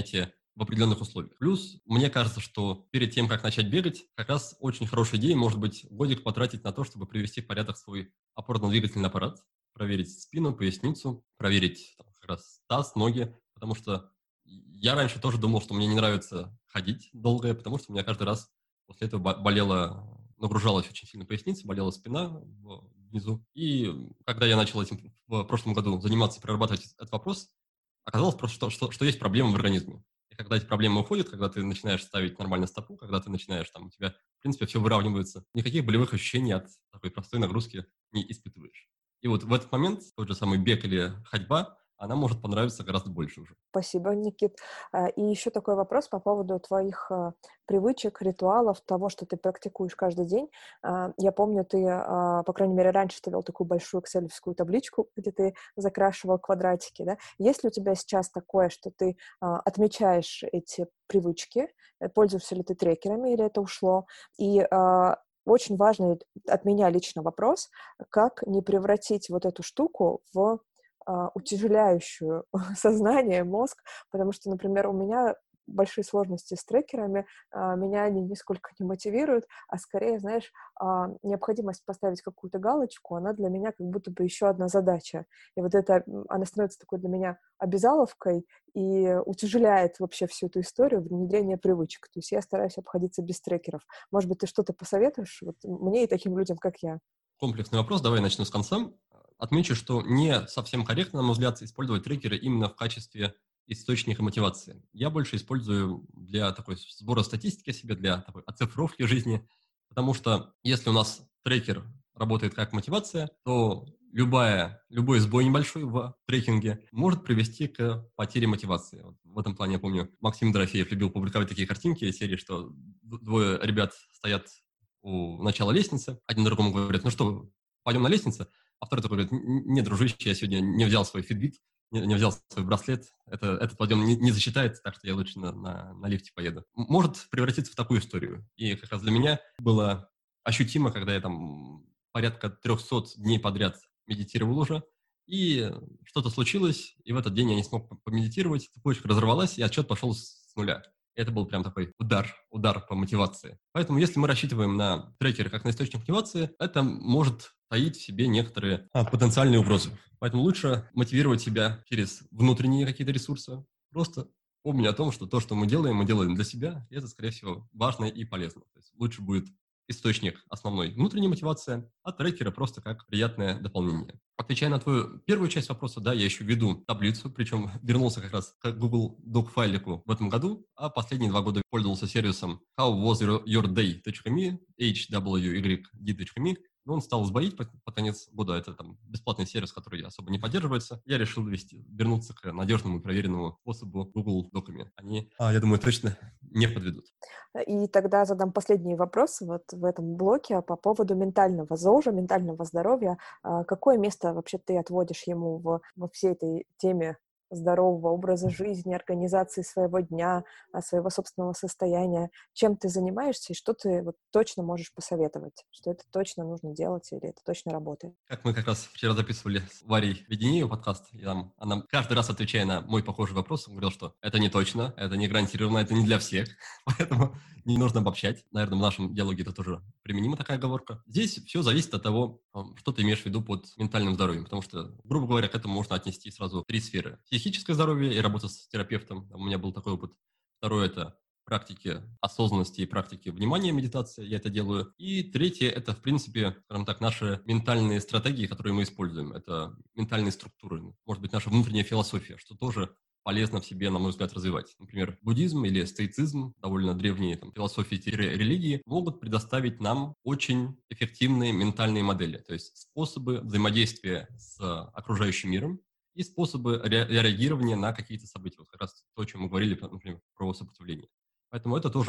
в определенных условиях. Плюс, мне кажется, что перед тем, как начать бегать, как раз очень хорошая идея, может быть, годик потратить на то, чтобы привести в порядок свой опорно-двигательный аппарат, проверить спину, поясницу, проверить там, как раз таз, ноги, потому что я раньше тоже думал, что мне не нравится ходить долго, потому что у меня каждый раз после этого болела, нагружалась очень сильно поясница, болела спина внизу. И когда я начал этим в прошлом году заниматься, прорабатывать этот вопрос, оказалось просто, что есть проблемы в организме. И когда эти проблемы уходят, когда ты начинаешь ставить нормально стопу, когда ты начинаешь, там, у тебя, в принципе, все выравнивается, никаких болевых ощущений от такой простой нагрузки не испытываешь. И вот в этот момент тот же самый бег или ходьба, она может понравиться гораздо больше уже. Спасибо, Никит. И еще такой вопрос по поводу твоих привычек, ритуалов, того, что ты практикуешь каждый день. Я помню, ты, по крайней мере, раньше ты вел такую большую экселевскую табличку, где ты закрашивал квадратики, да? Есть ли у тебя сейчас такое, что ты отмечаешь эти привычки, пользуешься ли ты трекерами или это ушло? И очень важный от меня лично вопрос, как не превратить вот эту штуку в утяжеляющую сознание, мозг, потому что, например, у меня большие сложности с трекерами, меня они нисколько не мотивируют, а скорее, знаешь, необходимость поставить какую-то галочку, она для меня как будто бы еще одна задача. И вот это, она становится такой для меня обязаловкой и утяжеляет вообще всю эту историю внедрения привычек. То есть я стараюсь обходиться без трекеров. Может быть, ты что-то посоветуешь вот мне и таким людям, как я? Комплексный вопрос, давай начну с конца. Отмечу, что не совсем корректно, на мой взгляд, использовать трекеры именно в качестве источника мотивации. Я больше использую для такой сбора статистики о себе, для такой оцифровки жизни, потому что если у нас трекер работает как мотивация, то любой сбой небольшой в трекинге может привести к потере мотивации. Вот в этом плане я помню, Максим Дорофеев любил публиковать такие картинки из серии, что двое ребят стоят у начала лестницы, один другому говорит: ну что, пойдем на лестницу? А второй такой говорит: нет, дружище, я сегодня не взял свой Fitbit, не взял свой браслет, этот подъем не засчитается, так что я лучше на лифте поеду. Может превратиться в такую историю. И как раз для меня было ощутимо, когда я там порядка 300 дней подряд медитировал уже, и что-то случилось, и в этот день я не смог помедитировать, цепочка разорвалась, и отчет пошел с нуля. Это был прям такой удар по мотивации. Поэтому если мы рассчитываем на трекеры как на источник мотивации, это может таить в себе некоторые потенциальные угрозы. Поэтому лучше мотивировать себя через внутренние какие-то ресурсы. Просто помни о том, что то, что мы делаем для себя, и это, скорее всего, важно и полезно. То есть лучше будет источник основной внутренней мотивации, а трекеры просто как приятное дополнение. Отвечая на твою первую часть вопроса, да, я еще веду таблицу, причем вернулся как раз к Google Doc файлику в этом году, а последние 2 года пользовался сервисом howwasyourday.me, hwyd.me, но он стал сбоить под конец года. Это там бесплатный сервис, который особо не поддерживается. Я решил вернуться к надежному и проверенному способу Google Доками. Они, я думаю, точно не подведут. И тогда задам последний вопрос вот в этом блоке по поводу ментального ЗОЖа, ментального здоровья. Какое место вообще ты отводишь ему во всей этой теме здорового образа жизни, организации своего дня, своего собственного состояния? Чем ты занимаешься и что ты вот точно можешь посоветовать? Что это точно нужно делать или это точно работает? Как мы как раз вчера записывали с Варей Веденеевой подкаст, и она каждый раз, отвечая на мой похожий вопрос, говорила, что это не точно, это не гарантированно, это не для всех, поэтому не нужно обобщать. Наверное, в нашем диалоге это тоже применима такая оговорка. Здесь все зависит от того, что ты имеешь в виду под ментальным здоровьем, потому что, грубо говоря, к этому можно отнести сразу 3 сферы. Психическое здоровье и работа с терапевтом, у меня был такой опыт. Второе – это практики осознанности и практики внимания, медитации, я это делаю. И третье – это, в принципе, скажем так, наши ментальные стратегии, которые мы используем. Это ментальные структуры, может быть, наша внутренняя философия, что тоже полезно в себе, на мой взгляд, развивать. Например, буддизм или стоицизм, довольно древние философии-религии, могут предоставить нам очень эффективные ментальные модели, то есть способы взаимодействия с окружающим миром и способы реагирования на какие-то события. Вот как раз то, о чем мы говорили, например, про сопротивление. Поэтому это тоже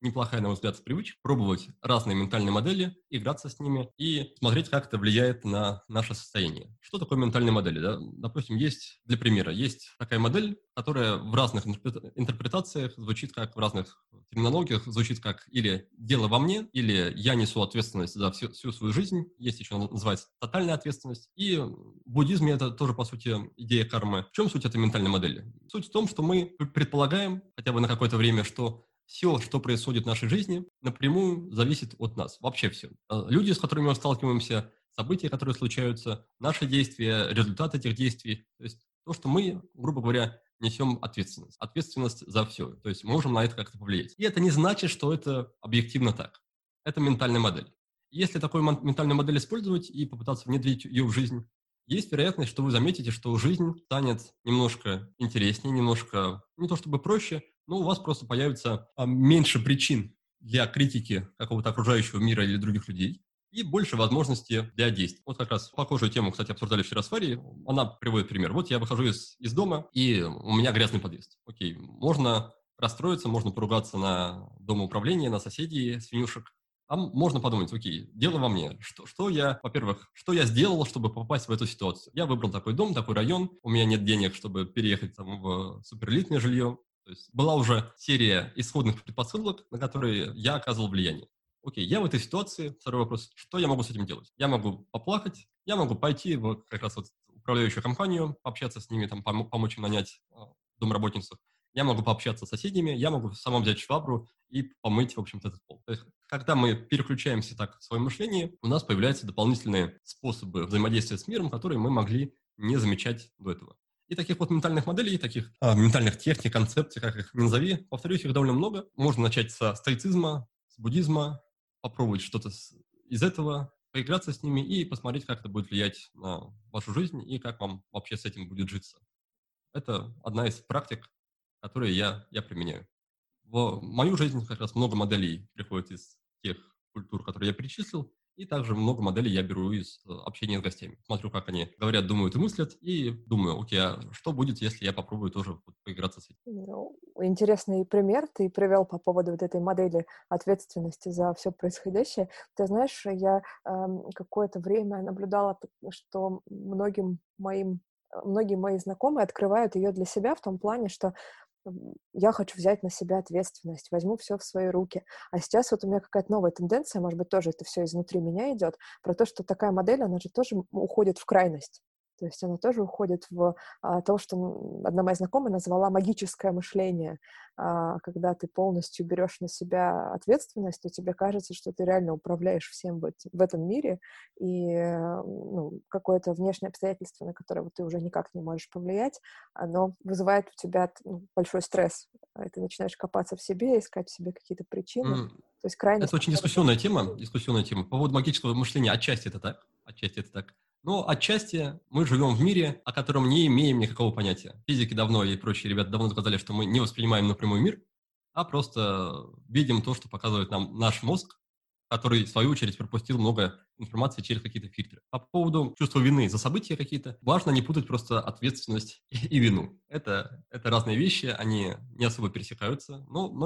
неплохая, на мой взгляд, привычка пробовать разные ментальные модели, играться с ними и смотреть, как это влияет на наше состояние. Что такое ментальные модели? Да? Допустим, для примера, есть такая модель, которая в разных интерпретациях звучит как, в разных терминологиях звучит как или «дело во мне», или «я несу ответственность за всю свою жизнь». Есть еще, называется, тотальная ответственность. И в буддизме это тоже, по сути, идея кармы. В чем суть этой ментальной модели? Суть в том, что мы предполагаем, хотя бы на какое-то время, что все, что происходит в нашей жизни, напрямую зависит от нас. Вообще все. Люди, с которыми мы сталкиваемся, события, которые случаются, наши действия, результат этих действий. То есть то, что мы, грубо говоря, несем ответственность. Ответственность за все. То есть можем на это как-то повлиять. И это не значит, что это объективно так. Это ментальная модель. Если такую ментальную модель использовать и попытаться внедрить ее в жизнь, есть вероятность, что вы заметите, что жизнь станет немножко интереснее, немножко, не то чтобы проще, но у вас просто появится меньше причин для критики какого-то окружающего мира или других людей и больше возможностей для действий. Вот как раз похожую тему, кстати, обсуждали вчера с Варей. Она приводит пример. Вот я выхожу из дома, и у меня грязный подъезд. Окей, можно расстроиться, можно поругаться на домоуправление, на соседей, свинюшек. А можно подумать, окей, дело во мне. Во-первых, что я сделал, чтобы попасть в эту ситуацию? Я выбрал такой дом, такой район, у меня нет денег, чтобы переехать там в суперэлитное жилье. То есть была уже серия исходных предпосылок, на которые я оказывал влияние. Окей, я в этой ситуации, второй вопрос, что я могу с этим делать? Я могу поплакать, я могу пойти в как раз вот управляющую компанию, пообщаться с ними, там, помочь им нанять домработницу. Я могу пообщаться с соседями, я могу самому взять швабру и помыть, в общем-то, этот пол. То есть, когда мы переключаемся так в своем мышлении, у нас появляются дополнительные способы взаимодействия с миром, которые мы могли не замечать до этого. И таких вот ментальных моделей, таких ментальных техник, концепций, как их ни назови, повторюсь, их довольно много. Можно начать со стоицизма, с буддизма, попробовать что-то из этого, поиграться с ними и посмотреть, как это будет влиять на вашу жизнь и как вам вообще с этим будет житься. Это одна из практик, которые я применяю. В мою жизнь как раз много моделей приходит из тех культур, которые я перечислил, и также много моделей я беру из общения с гостями. Смотрю, как они говорят, думают и мыслят, и думаю, окей, а что будет, если я попробую тоже поиграться с этим? Ну, интересный пример ты привел по поводу вот этой модели ответственности за все происходящее. Ты знаешь, я какое-то время наблюдала, что многие мои знакомые открывают ее для себя в том плане, что я хочу взять на себя ответственность, возьму все в свои руки. А сейчас вот у меня какая-то новая тенденция, может быть, тоже это все изнутри меня идет, про то, что такая модель, она же тоже уходит в крайность. То есть она тоже уходит в то, что одна моя знакомая назвала магическое мышление. Когда ты полностью берешь на себя ответственность, то тебе кажется, что ты реально управляешь всем в этом мире, и какое-то внешнее обстоятельство, на которое ты уже никак не можешь повлиять, оно вызывает у тебя большой стресс. И ты начинаешь копаться в себе, искать в себе какие-то причины. То есть крайность... Это очень дискуссионная тема. По поводу магического мышления отчасти это так. Но отчасти мы живем в мире, о котором не имеем никакого понятия. Физики давно и прочие ребята давно доказали, что мы не воспринимаем напрямую мир, а просто видим то, что показывает нам наш мозг, который, в свою очередь, пропустил много информации через какие-то фильтры. По поводу чувства вины за события какие-то, важно не путать просто ответственность и вину. Это разные вещи, они не особо пересекаются, но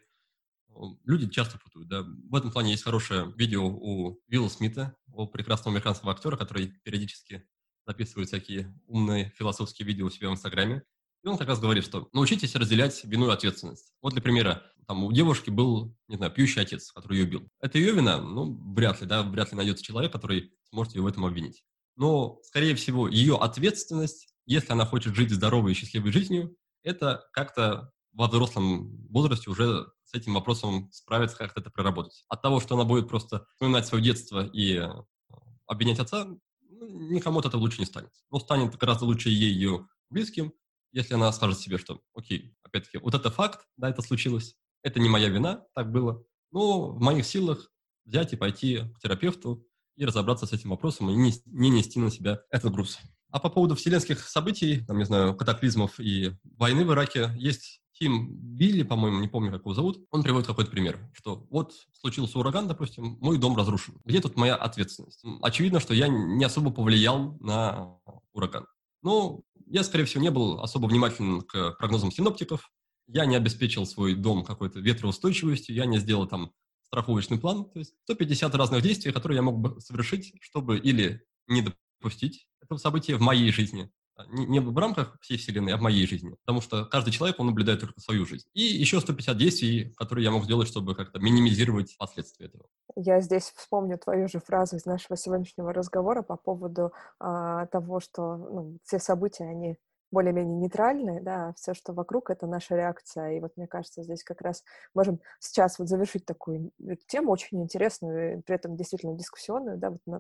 люди часто путают, да. В этом плане есть хорошее видео у Уилла Смита, у прекрасного американского актера, который периодически записывает всякие умные философские видео у себя в Инстаграме. И он как раз говорит, что научитесь разделять вину и ответственность. Вот для примера, там у девушки был, не знаю, пьющий отец, который ее бил. Это ее вина? Ну, вряд ли найдется человек, который сможет ее в этом обвинить. Но, скорее всего, ее ответственность, если она хочет жить здоровой и счастливой жизнью, это как-то во взрослом возрасте уже с этим вопросом справиться, как-то это проработать. От того, что она будет просто вспоминать свое детство и обвинять отца, никому от этого лучше не станет. Но станет гораздо лучше ей, ее близким, если она скажет себе, что, окей, опять-таки, вот это факт, да, это случилось, это не моя вина, так было, но в моих силах взять и пойти к терапевту и разобраться с этим вопросом и не нести на себя этот груз. А по поводу вселенских событий, там, не знаю, катаклизмов и войны в Ираке, есть Тим Билли, по-моему, не помню, как его зовут, он приводит какой-то пример, что вот случился ураган, допустим, мой дом разрушен. Где тут моя ответственность? Очевидно, что я не особо повлиял на ураган. Но я, скорее всего, не был особо внимателен к прогнозам синоптиков. я не обеспечил свой дом какой-то ветроустойчивостью, я не сделал там страховочный план, то есть 150 разных действий, которые я мог бы совершить, чтобы или не допустить этого события в моей жизни, не в рамках всей Вселенной, а в моей жизни, потому что каждый человек, он наблюдает только свою жизнь. И еще 150 действий, которые я мог сделать, чтобы как-то минимизировать последствия этого. Я здесь вспомню твою же фразу из нашего сегодняшнего разговора по поводу того, что все события, они более-менее нейтральные, да, все, что вокруг, это наша реакция. И вот мне кажется, здесь как раз можем сейчас вот завершить такую тему, очень интересную, и при этом действительно дискуссионную, да, вот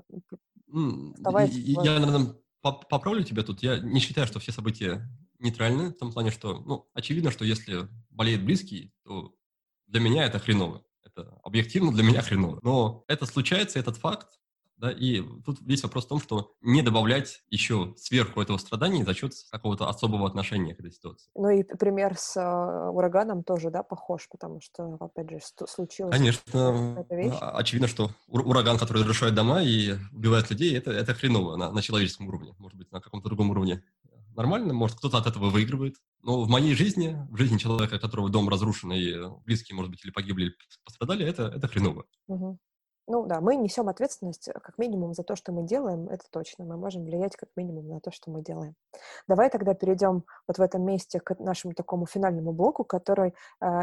оставаясь Я, наверное, поправлю тебя тут. Я не считаю, что все события нейтральны, в том плане, что, очевидно, что если болеет близкий, то для меня это хреново. Это объективно для меня хреново. Но это случается, этот факт, да, и тут весь вопрос в том, что не добавлять еще сверху этого страдания за счет какого-то особого отношения к этой ситуации. Ну и пример с ураганом тоже, да, похож, потому что, опять же, случилась Конечно, эта вещь. очевидно, что ураган, который разрушает дома и убивает людей, это хреново на человеческом уровне. Может быть, на каком-то другом уровне нормально, может, кто-то от этого выигрывает. Но в моей жизни, в жизни человека, которого дом разрушен, и близкие, может быть, или погибли, или пострадали, это хреново. Мгм. Ну да, мы несем ответственность как минимум за то, что мы делаем, это точно. Мы можем влиять как минимум на то, что мы делаем. Давай тогда перейдем вот в этом месте к нашему такому финальному блоку, который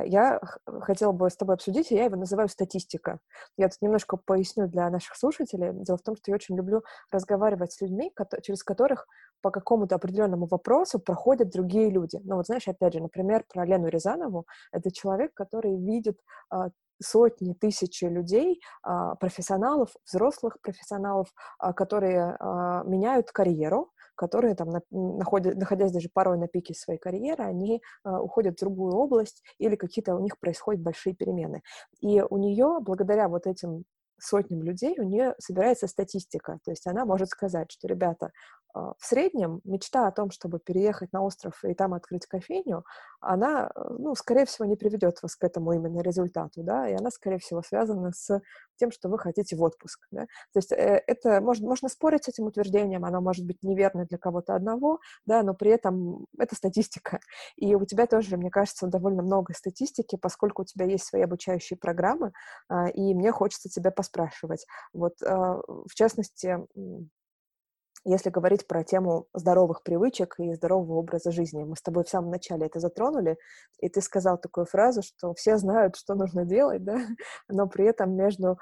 я хотела бы с тобой обсудить, и я его называю статистика. Я тут немножко поясню для наших слушателей. Дело в том, что я очень люблю разговаривать с людьми, через которых по какому-то определенному вопросу проходят другие люди. Ну вот знаешь, опять же, например, про Лену Рязанову. Это человек, который видит сотни, тысячи людей, профессионалов, взрослых профессионалов, которые меняют карьеру, которые, там, находясь даже порой на пике своей карьеры, они уходят в другую область или какие-то у них происходят большие перемены. И у нее, благодаря вот этим сотням людей, у нее собирается статистика. То есть она может сказать, что, ребята, в среднем мечта о том, чтобы переехать на остров и там открыть кофейню, она, скорее всего, не приведет вас к этому именно результату, да, и она, скорее всего, связана с тем, что вы хотите в отпуск, да. То есть это можно спорить с этим утверждением, оно может быть неверно для кого-то одного, да, но при этом это статистика. И у тебя тоже, мне кажется, довольно много статистики, поскольку у тебя есть свои обучающие программы, и мне хочется тебя поспрашивать. Вот, в частности, если говорить про тему здоровых привычек и здорового образа жизни. Мы с тобой в самом начале это затронули, и ты сказал такую фразу, что все знают, что нужно делать, да, но при этом между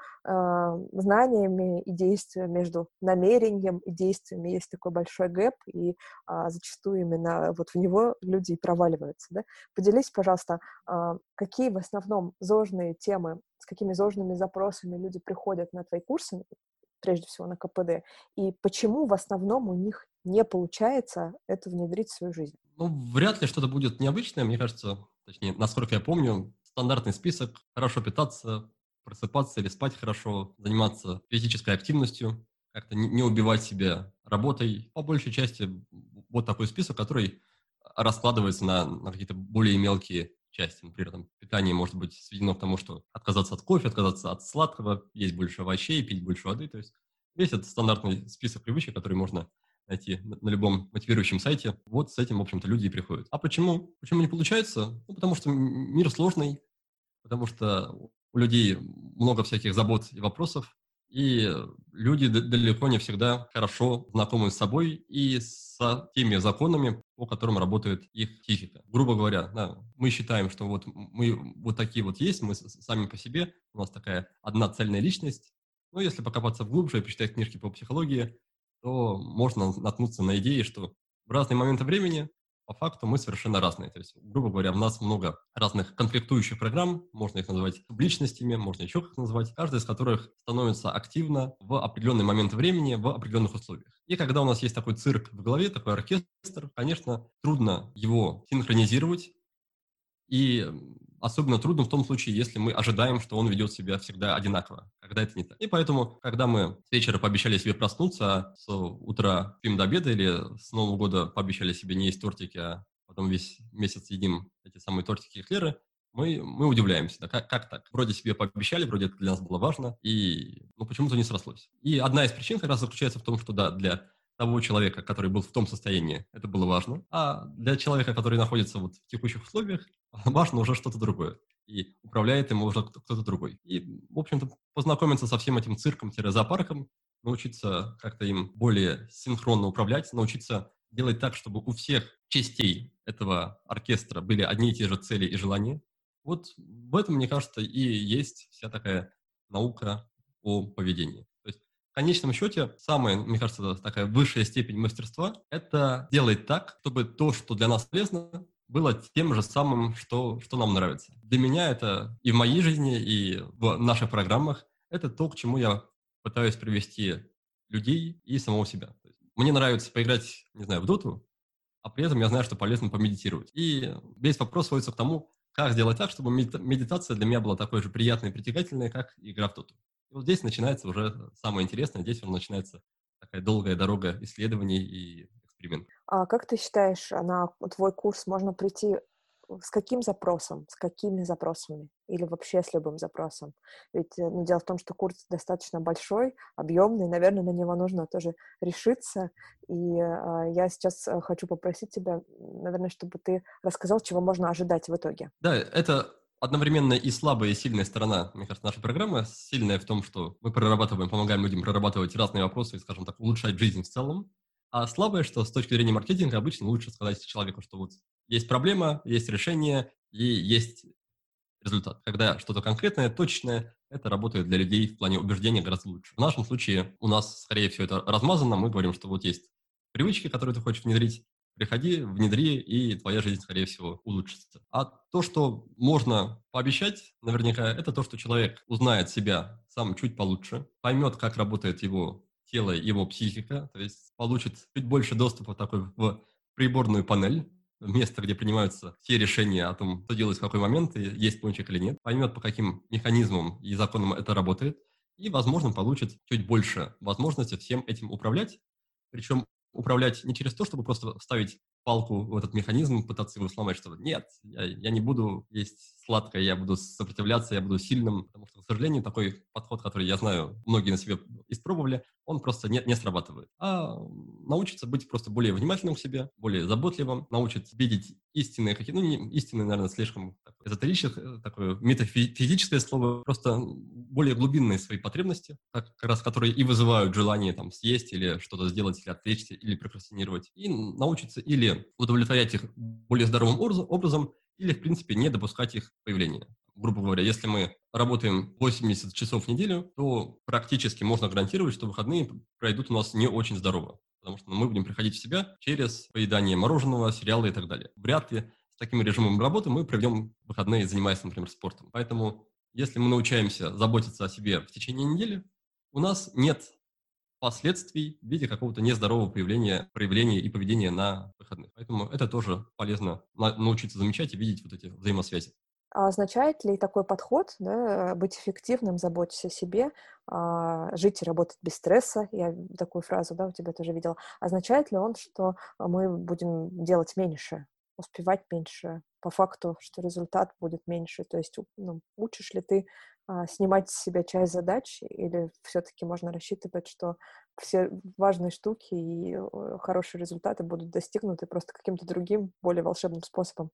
знаниями и действиями, между намерением и действиями есть такой большой гэп, и зачастую именно вот в него люди и проваливаются, да. Поделись, пожалуйста, какие в основном зожные темы, с какими зожными запросами люди приходят на твои курсы, прежде всего на КПД, и почему в основном у них не получается это внедрить в свою жизнь? Вряд ли что-то будет необычное, мне кажется, точнее, насколько я помню, стандартный список: хорошо питаться, просыпаться или спать хорошо, заниматься физической активностью, как-то не убивать себя работой. По большей части вот такой список, который раскладывается на какие-то более мелкие части. Например, там, питание может быть сведено к тому, что отказаться от кофе, отказаться от сладкого, есть больше овощей, пить больше воды. То есть весь этот стандартный список привычек, который можно найти на любом мотивирующем сайте. Вот с этим, в общем-то, люди и приходят. А почему? Почему не получается? Потому что мир сложный, потому что у людей много всяких забот и вопросов, и люди далеко не всегда хорошо знакомы с собой и с теми законами, по которым работает их психика. Грубо говоря, да, мы считаем, что вот мы вот такие вот есть, мы сами по себе, у нас такая одна цельная личность. Но если покопаться глубже и почитать книжки по психологии, то можно наткнуться на идеи, что в разные моменты времени по факту мы совершенно разные. То есть, грубо говоря, в нас много разных конфликтующих программ, можно их называть субличностями, можно еще как назвать, каждая из которых становится активна в определенный момент времени, в определенных условиях. И когда у нас есть такой цирк в голове, такой оркестр, конечно, трудно его синхронизировать, и особенно трудно в том случае, если мы ожидаем, что он ведет себя всегда одинаково, когда это не так. И поэтому, когда мы с вечера пообещали себе проснуться, а с утра спим до обеда или с Нового года пообещали себе не есть тортики, а потом весь месяц едим эти самые тортики и эклеры, мы удивляемся, да, как так? Вроде себе пообещали, вроде это для нас было важно, и почему-то не срослось. И одна из причин как раз заключается в том, что да, для того человека, который был в том состоянии, это было важно, а для человека, который находится вот в текущих условиях, важно уже что-то другое. И управляет им уже кто-то другой. И, в общем-то, познакомиться со всем этим цирком-зоопарком, научиться как-то им более синхронно управлять, научиться делать так, чтобы у всех частей этого оркестра были одни и те же цели и желания. Вот в этом, мне кажется, и есть вся такая наука о поведении. То есть, в конечном счете, самая, мне кажется, такая высшая степень мастерства – это делать так, чтобы то, что для нас полезно, было тем же самым, что нам нравится. Для меня это и в моей жизни, и в наших программах это то, к чему я пытаюсь привести людей и самого себя. То есть мне нравится поиграть, не знаю, в доту, а при этом я знаю, что полезно помедитировать. И весь вопрос сводится к тому, как сделать так, чтобы медитация для меня была такой же приятной и притягательной, как игра в доту. И вот здесь начинается уже самое интересное, здесь уже начинается такая долгая дорога исследований и экспериментов. А как ты считаешь, на твой курс можно прийти с каким запросом, с какими запросами или вообще с любым запросом? Ведь дело в том, что курс достаточно большой, объемный, наверное, на него нужно тоже решиться. И я сейчас хочу попросить тебя, наверное, чтобы ты рассказал, чего можно ожидать в итоге. Да, это одновременно и слабая, и сильная сторона, мне кажется, нашей программы. Сильная в том, что мы помогаем людям прорабатывать разные вопросы и, скажем так, улучшать жизнь в целом. А слабое, что с точки зрения маркетинга обычно лучше сказать человеку, что вот есть проблема, есть решение и есть результат. Когда что-то конкретное, точное, это работает для людей в плане убеждения гораздо лучше. В нашем случае у нас, скорее всего, это размазано. Мы говорим, что вот есть привычки, которые ты хочешь внедрить, приходи, внедри, и твоя жизнь, скорее всего, улучшится. А то, что можно пообещать, наверняка, это то, что человек узнает себя сам чуть получше, поймет, как работает его тело, его психика, то есть получит чуть больше доступа такой в приборную панель, место, где принимаются все решения о том, что делать в какой момент, и есть пончик или нет, поймет, по каким механизмам и законам это работает, и, возможно, получит чуть больше возможности всем этим управлять, причем управлять не через то, чтобы просто вставить палку в этот механизм, пытаться его сломать, что нет, я не буду есть сладкое, я буду сопротивляться, я буду сильным, потому что, к сожалению, такой подход, который я знаю, многие на себе испробовали, он просто не срабатывает. А научиться быть просто более внимательным к себе, более заботливым, научиться видеть истинные какие-то, не истинные, наверное, слишком эзотерическое, такое метафизическое слово, просто более глубинные свои потребности, как раз которые и вызывают желание там съесть или что-то сделать, или отвлечься, или прокрастинировать, и научиться или удовлетворять их более здоровым образом, или, в принципе, не допускать их появления. Грубо говоря, если мы работаем 80 часов в неделю, то практически можно гарантировать, что выходные пройдут у нас не очень здорово, потому что мы будем приходить в себя через поедание мороженого, сериала и так далее. Вряд ли с таким режимом работы мы проведем выходные, занимаясь, например, спортом. Поэтому, если мы научаемся заботиться о себе в течение недели, у нас нет последствий в виде какого-то нездорового проявления и поведения на выходных. Поэтому это тоже полезно научиться замечать и видеть вот эти взаимосвязи. А означает ли такой подход, да, быть эффективным, заботиться о себе, жить и работать без стресса, я такую фразу, да, у тебя тоже видела, означает ли он, что мы будем делать меньше, успевать меньше, по факту, что результат будет меньше? То есть учишь ли ты снимать с себя часть задач, или все-таки можно рассчитывать, что все важные штуки и хорошие результаты будут достигнуты просто каким-то другим, более волшебным способом?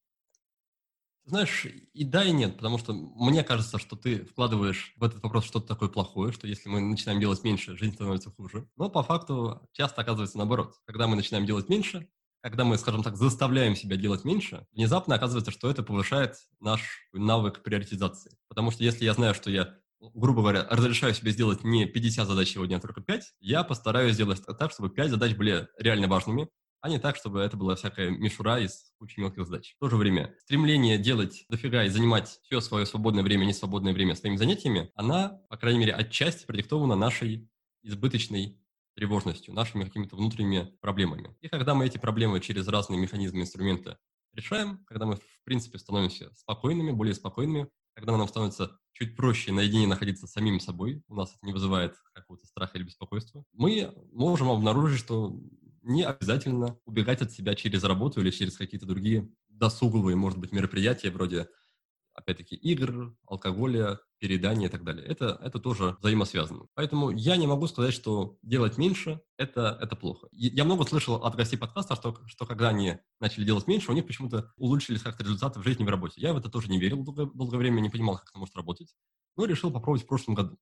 Знаешь, и да, и нет, потому что мне кажется, что ты вкладываешь в этот вопрос что-то такое плохое, что если мы начинаем делать меньше, жизнь становится хуже. Но по факту часто оказывается наоборот. Когда мы начинаем делать меньше, когда мы, скажем так, заставляем себя делать меньше, внезапно оказывается, что это повышает наш навык приоритизации. Потому что если я знаю, что я, грубо говоря, разрешаю себе сделать не 50 задач сегодня, а только 5, я постараюсь сделать так, чтобы 5 задач были реально важными, а не так, чтобы это была всякая мишура из кучи мелких задач. В то же время стремление делать дофига и занимать все свое свободное время, несвободное время своими занятиями, она, по крайней мере, отчасти продиктована нашей избыточной тревожностью, нашими какими-то внутренними проблемами. И когда мы эти проблемы через разные механизмы, инструменты решаем, когда мы, в принципе, становимся спокойными, более спокойными, когда нам становится чуть проще наедине находиться с самим собой, у нас это не вызывает какого-то страха или беспокойства, мы можем обнаружить, что не обязательно убегать от себя через работу или через какие-то другие досуговые, может быть, мероприятия вроде опять-таки, игр, алкоголя, переедания и так далее. Это тоже взаимосвязано. Поэтому я не могу сказать, что делать меньше это плохо. Я много слышал от гостей подкаста, что когда они начали делать меньше, у них почему-то улучшились как-то результаты в жизни и в работе. Я в это тоже не верил долгое время, не понимал, как это может работать, но решил попробовать в прошлом году.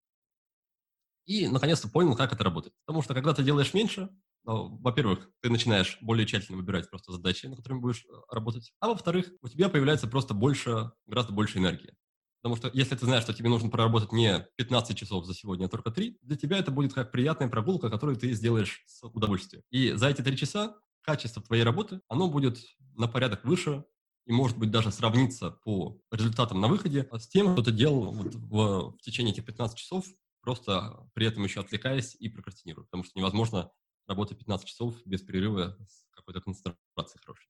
И, наконец-то, понял, как это работает. Потому что, когда ты делаешь меньше, во-первых, ты начинаешь более тщательно выбирать просто задачи, над которыми будешь работать. А во-вторых, у тебя появляется просто гораздо больше энергии. Потому что если ты знаешь, что тебе нужно проработать не 15 часов за сегодня, а только 3, для тебя это будет как приятная прогулка, которую ты сделаешь с удовольствием. И за эти 3 часа качество твоей работы, оно будет на порядок выше и, может быть, даже сравниться по результатам на выходе с тем, что ты делал в течение этих 15 часов, просто при этом еще отвлекаясь и прокрастинируя. Потому что невозможно работать 15 часов без перерыва с какой-то концентрацией хорошей.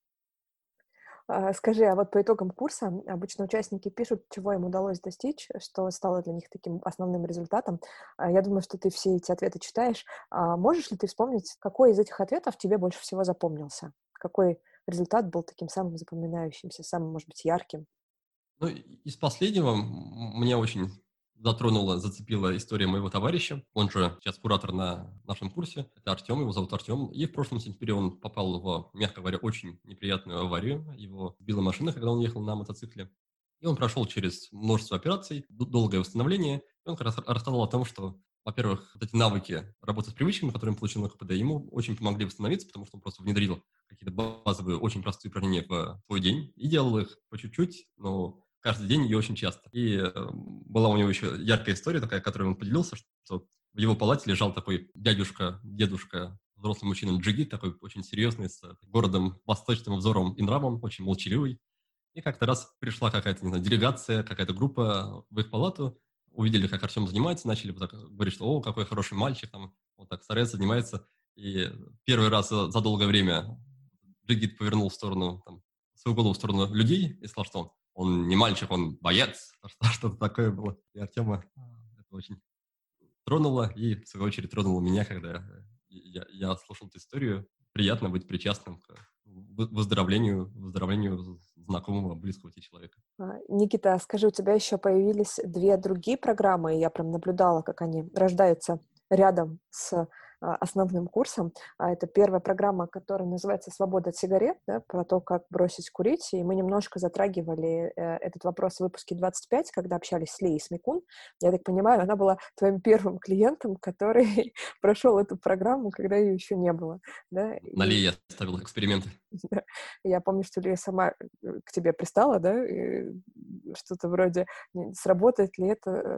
Скажи, а вот по итогам курса обычно участники пишут, чего им удалось достичь, что стало для них таким основным результатом. Я думаю, что ты все эти ответы читаешь. Можешь ли ты вспомнить, какой из этих ответов тебе больше всего запомнился? Какой результат был таким самым запоминающимся, самым, может быть, ярким? Ну, из последнего меня очень зацепила история моего товарища. Он же сейчас куратор на нашем курсе. Это Артем, его зовут Артем. И в прошлом сентябре он попал в, мягко говоря, очень неприятную аварию. Его сбила машина, когда он ехал на мотоцикле. И он прошел через множество операций, долгое восстановление. И он как раз рассказал о том, что, во-первых, вот эти навыки работы с привычками, которые он получил на КПД, ему очень помогли восстановиться, потому что он просто внедрил какие-то базовые, очень простые упражнения в свой день и делал их по чуть-чуть, но каждый день и очень часто. И была у него еще яркая история такая, которой он поделился, что в его палате лежал такой дедушка, взрослый мужчина джигит, такой очень серьезный, с городом, восточным взором и нравом, очень молчаливый. И как-то раз пришла какая-то, не знаю, делегация, какая-то группа в их палату, увидели, как Артем занимается, начали вот так говорить, что «О, какой хороший мальчик, там, вот так старается, занимается». И первый раз за долгое время Джигит повернул в сторону, там, свою голову в сторону людей и сказал, что он не мальчик, он боец, что-то такое было. И Артема это очень тронуло, и, в свою очередь, тронуло меня, когда я слушал эту историю. Приятно быть причастным к выздоровлению знакомого, близкого тебе человека. Никита, скажи, у тебя еще появились 2 другие программы, и я прям наблюдала, как они рождаются рядом с основным курсом. Это первая программа, которая называется «Свобода от сигарет», да, про то, как бросить курить. И мы немножко затрагивали этот вопрос в выпуске 25, когда общались с Леей Смекун. Я так понимаю, она была твоим первым клиентом, который прошел эту программу, когда ее еще не было. Да? На Лее я ставил эксперименты. Да. Я помню, что Лея сама к тебе пристала, да, и что-то вроде сработают ли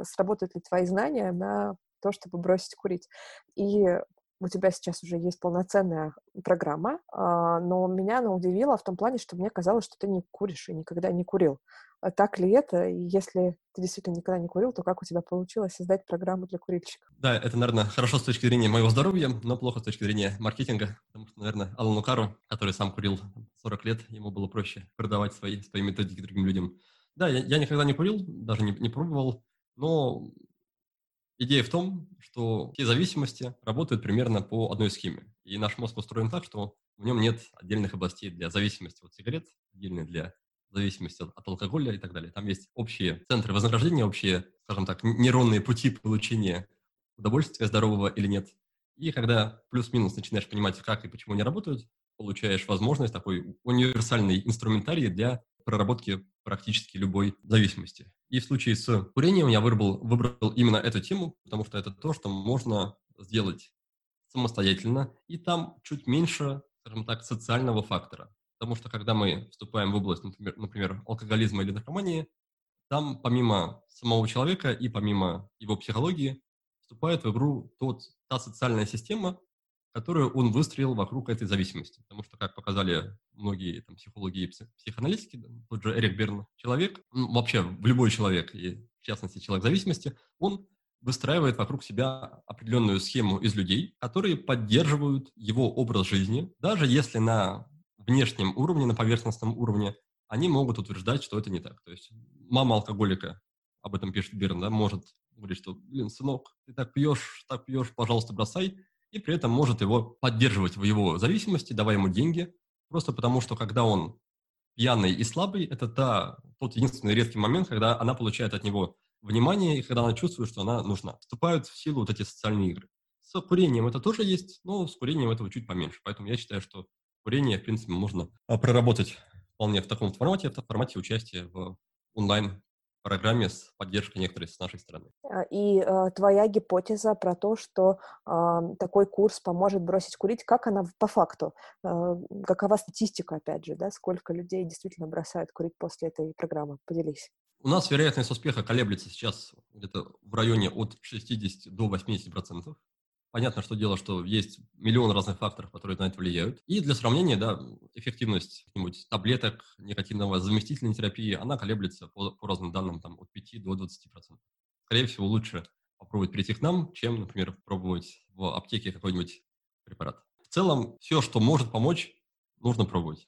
твои знания на то, чтобы бросить курить. И у тебя сейчас уже есть полноценная программа, но меня она удивила в том плане, что мне казалось, что ты не куришь и никогда не курил. Так ли это? И если ты действительно никогда не курил, то как у тебя получилось создать программу для курильщиков? Да, это, наверное, хорошо с точки зрения моего здоровья, но плохо с точки зрения маркетинга, потому что, наверное, Алану Кару, который сам курил 40 лет, ему было проще продавать свои методики другим людям. Да, я никогда не курил, даже не пробовал, но идея в том, что все зависимости работают примерно по одной схеме. И наш мозг устроен так, что в нем нет отдельных областей для зависимости от сигарет, отдельные для зависимости от алкоголя и так далее. Там есть общие центры вознаграждения, общие, скажем так, нейронные пути получения удовольствия здорового или нет. И когда плюс-минус начинаешь понимать, как и почему они работают, получаешь возможность такой универсальный инструментарий для проработки практически любой зависимости. И в случае с курением я выбрал именно эту тему, потому что это то, что можно сделать самостоятельно, и там чуть меньше, скажем так, социального фактора. Потому что когда мы вступаем в область, например, алкоголизма или наркомании, там помимо самого человека и помимо его психологии вступает в игру та социальная система, которую он выстроил вокруг этой зависимости. Потому что, как показали многие психологи и психоаналитики, тот же Эрик Берн, человек, вообще любой человек, и в частности человек зависимости, он выстраивает вокруг себя определенную схему из людей, которые поддерживают его образ жизни, даже если на внешнем уровне, на поверхностном уровне, они могут утверждать, что это не так. То есть мама алкоголика, об этом пишет Берн, да, может говорить, что, сынок, ты так пьешь, пожалуйста, бросай, и при этом может его поддерживать в его зависимости, давая ему деньги, просто потому что, когда он пьяный и слабый – это тот единственный редкий момент, когда она получает от него внимание и когда она чувствует, что она нужна. Вступают в силу вот эти социальные игры. С курением это тоже есть, но с курением этого чуть поменьше. Поэтому я считаю, что курение, в принципе, можно проработать вполне в таком формате, в формате участия в онлайн-программе с поддержкой некоторой с нашей стороны. И твоя гипотеза про то, что такой курс поможет бросить курить, как она по факту? Какова статистика, опять же, да? Сколько людей действительно бросают курить после этой программы? Поделись. У нас вероятность успеха колеблется сейчас где-то в районе от 60 до 80%. Понятно, что дело, что есть миллион разных факторов, которые на это влияют. И для сравнения, да, эффективность каких-нибудь таблеток, никотиновой заместительной терапии, она колеблется по разным данным там, от 5 до 20%. Скорее всего, лучше попробовать прийти к нам, чем, например, пробовать в аптеке какой-нибудь препарат. В целом, все, что может помочь, нужно пробовать.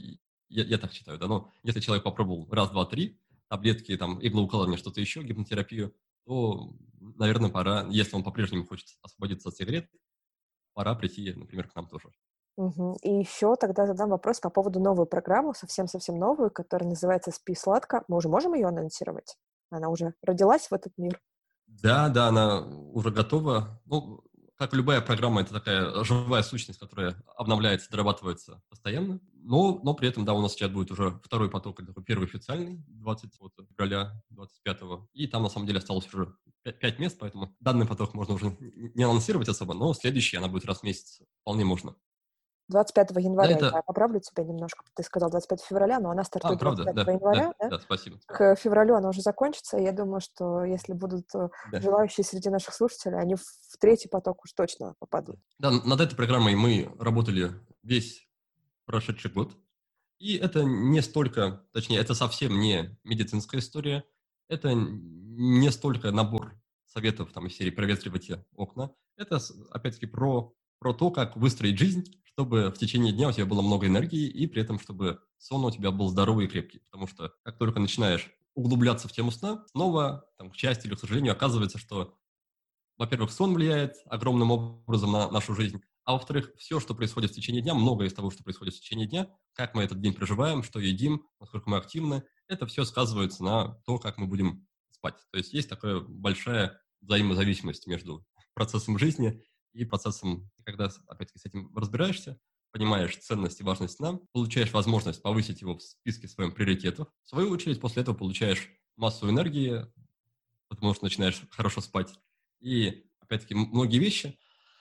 Я так считаю. Да? Но если человек попробовал раз, два, три, таблетки, там, иглоукалывание, что-то еще, гипнотерапию, то, наверное, пора, если он по-прежнему хочет освободиться от сигарет, пора прийти, например, к нам тоже. Мгм. И еще тогда задам вопрос по поводу новой программы, совсем-совсем новую, которая называется «Спи сладко». Мы уже можем ее анонсировать? Она уже родилась в этот мир? Да, она уже готова. Ну, как любая программа, это такая живая сущность, которая обновляется, дорабатывается постоянно. Но при этом, да, у нас сейчас будет уже второй поток, это такой первый официальный, 20 февраля 25-го. И там, на самом деле, осталось уже 5 мест, поэтому данный поток можно уже не анонсировать особо, но следующий, она будет раз в месяц, вполне можно. 25 Да, января, я поправлю тебя немножко. Ты сказал 25 февраля, но она стартует правда, 25 да, января, да? да, спасибо. К февралю она уже закончится, и я думаю, что если будут Да. желающие среди наших слушателей, они в третий поток уж точно попадут. Да, над этой программой мы работали весь прошедший год. И это не столько, точнее, это совсем не медицинская история, это не столько набор советов там, из серии «Проветривайте окна». Это, опять-таки, про то, как выстроить жизнь, чтобы в течение дня у тебя было много энергии, и при этом, чтобы сон у тебя был здоровый и крепкий. Потому что как только начинаешь углубляться в тему сна, снова, там, к счастью или к сожалению, оказывается, что, во-первых, сон влияет огромным образом на нашу жизнь, а во-вторых, все, что происходит в течение дня, многое из того, что происходит в течение дня, как мы этот день проживаем, что едим, насколько мы активны, это все сказывается на то, как мы будем спать. То есть есть такая большая взаимозависимость между процессом жизни и процессом, когда, опять-таки, с этим разбираешься, понимаешь ценность и важность сна, получаешь возможность повысить его в списке своих приоритетов. В свою очередь, после этого получаешь массу энергии, потому что начинаешь хорошо спать. И, опять-таки, многие вещи,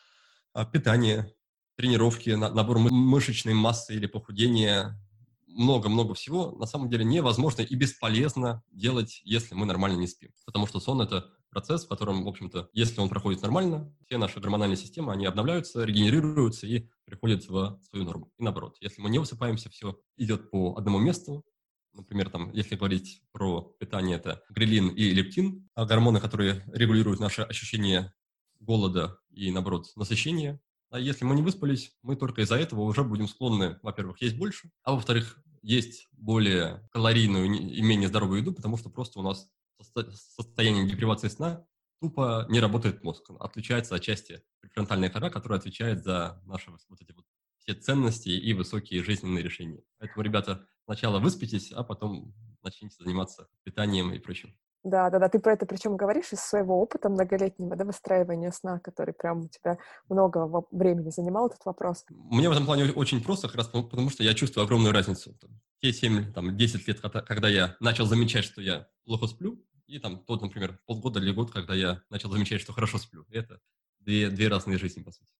питание, тренировки, набор мышечной массы или похудение, много-много всего на самом деле невозможно и бесполезно делать, если мы нормально не спим. Потому что сон – это процесс, в котором, в общем-то, если он проходит нормально, все наши гормональные системы, они обновляются, регенерируются и приходят в свою норму. И наоборот, если мы не высыпаемся, все идет по одному месту. Например, там, если говорить про питание, это грелин и лептин, гормоны, которые регулируют наше ощущение голода и, наоборот, насыщения. А если мы не выспались, мы только из-за этого уже будем склонны, во-первых, есть больше, а во-вторых, есть более калорийную и менее здоровую еду, потому что просто у нас состояние депривации сна тупо не работает мозг. Отключается отчасти префронтальная кора, которая отвечает за наши вот эти вот все ценности и высокие жизненные решения. Поэтому, ребята, сначала выспитесь, а потом начните заниматься питанием и прочим. Да, ты про это причем говоришь из своего опыта многолетнего, да, выстраивания сна, который прям у тебя много времени занимал этот вопрос. Мне в этом плане очень просто, как раз потому что я чувствую огромную разницу. Те 7, 10 лет, когда я начал замечать, что я плохо сплю, и там тот, например, полгода или год, когда я начал замечать, что хорошо сплю. Это две разные жизни, по сути.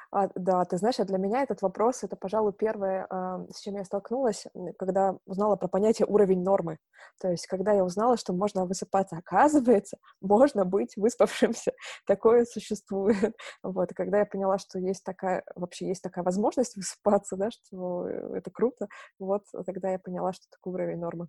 Да, ты знаешь, для меня этот вопрос, это, пожалуй, первое, с чем я столкнулась, когда узнала про понятие уровень нормы. То есть, когда я узнала, что можно высыпаться, оказывается, можно быть выспавшимся. Такое существует. Вот, и когда я поняла, что вообще есть такая возможность высыпаться, да, что это круто, вот, тогда я поняла, что такое уровень нормы.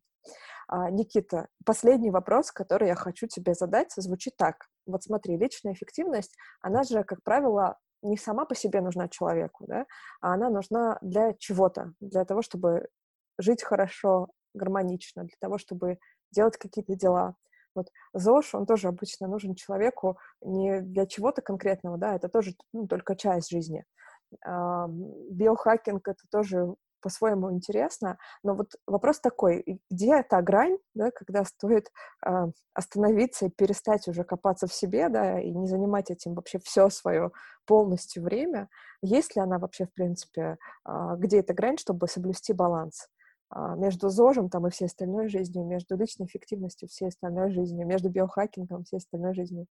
Никита, последний вопрос, который я хочу тебе задать, звучит так. Вот смотри, личная эффективность, она же, как правило, не сама по себе нужна человеку, да, а она нужна для чего-то, для того, чтобы жить хорошо, гармонично, для того, чтобы делать какие-то дела. Вот ЗОЖ, он тоже обычно нужен человеку не для чего-то конкретного, да, это тоже только часть жизни. Биохакинг — это тоже по-своему интересно, но вот вопрос такой, где та грань, да, когда стоит остановиться и перестать уже копаться в себе, да, и не занимать этим вообще все свое полностью время? Есть ли она вообще, в принципе, где эта грань, чтобы соблюсти баланс между ЗОЖем там и всей остальной жизнью, между личной эффективностью всей остальной жизнью, между биохакингом и всей остальной жизнью?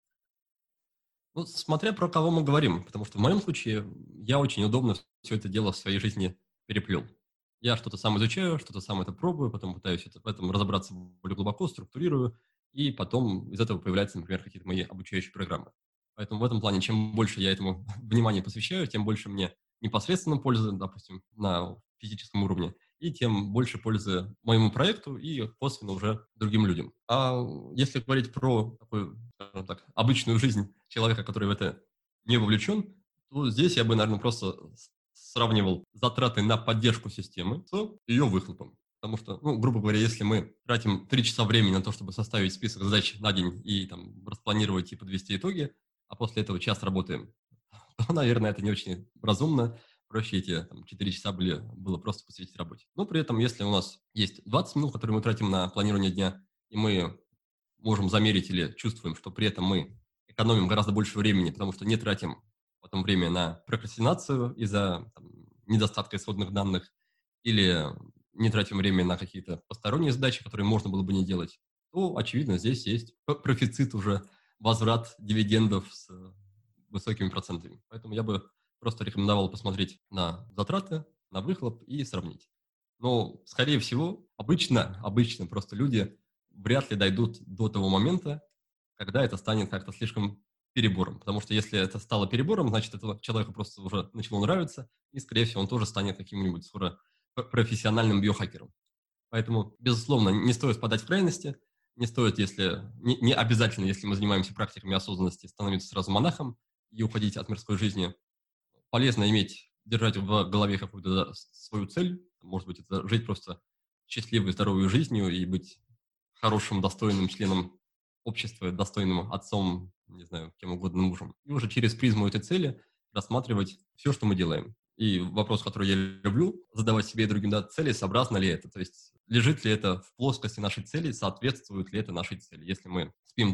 Ну, смотря про кого мы говорим, потому что в моем случае я очень удобно все это дело в своей жизни переплел. Я что-то сам изучаю, что-то сам это пробую, потом пытаюсь в этом разобраться более глубоко, структурирую, и потом из этого появляются, например, какие-то мои обучающие программы. Поэтому в этом плане, чем больше я этому внимания посвящаю, тем больше мне непосредственно пользы, допустим, на физическом уровне, и тем больше пользы моему проекту и косвенно уже другим людям. А если говорить про такую, скажем так, обычную жизнь человека, который в это не вовлечен, то здесь я бы, наверное, просто сравнивал затраты на поддержку системы с ее выхлопом. Потому что, ну, грубо говоря, если мы тратим 3 часа времени на то, чтобы составить список задач на день и там распланировать и подвести итоги, а после этого час работаем, то, наверное, это не очень разумно. Проще эти 4 часа было просто посвятить работе. Но при этом, если у нас есть 20 минут, которые мы тратим на планирование дня, и мы можем замерить или чувствуем, что при этом мы экономим гораздо больше времени, потому что не тратим потом время на прокрастинацию из-за недостатка исходных данных или не тратим время на какие-то посторонние задачи, которые можно было бы не делать, то, очевидно, здесь есть профицит уже, возврат дивидендов с высокими процентами. Поэтому я бы просто рекомендовал посмотреть на затраты, на выхлоп и сравнить. Но, скорее всего, обычно просто люди вряд ли дойдут до того момента, когда это станет как-то слишком перебором. Потому что если это стало перебором, значит, этого человеку просто уже начало нравиться, и, скорее всего, он тоже станет каким-нибудь скоро профессиональным биохакером. Поэтому, безусловно, не стоит впадать в крайности, не стоит, если не обязательно, если мы занимаемся практиками осознанности, становиться сразу монахом и уходить от мирской жизни. Полезно держать в голове какую-то свою цель. Может быть, это жить просто счастливой, здоровой жизнью и быть хорошим, достойным членом общества, достойным отцом, не знаю, кем угодно мужем. И уже через призму этой цели рассматривать все, что мы делаем. И вопрос, который я люблю задавать себе и другим, да, целесообразно ли это? То есть лежит ли это в плоскости нашей цели, соответствует ли это нашей цели? Если мы спим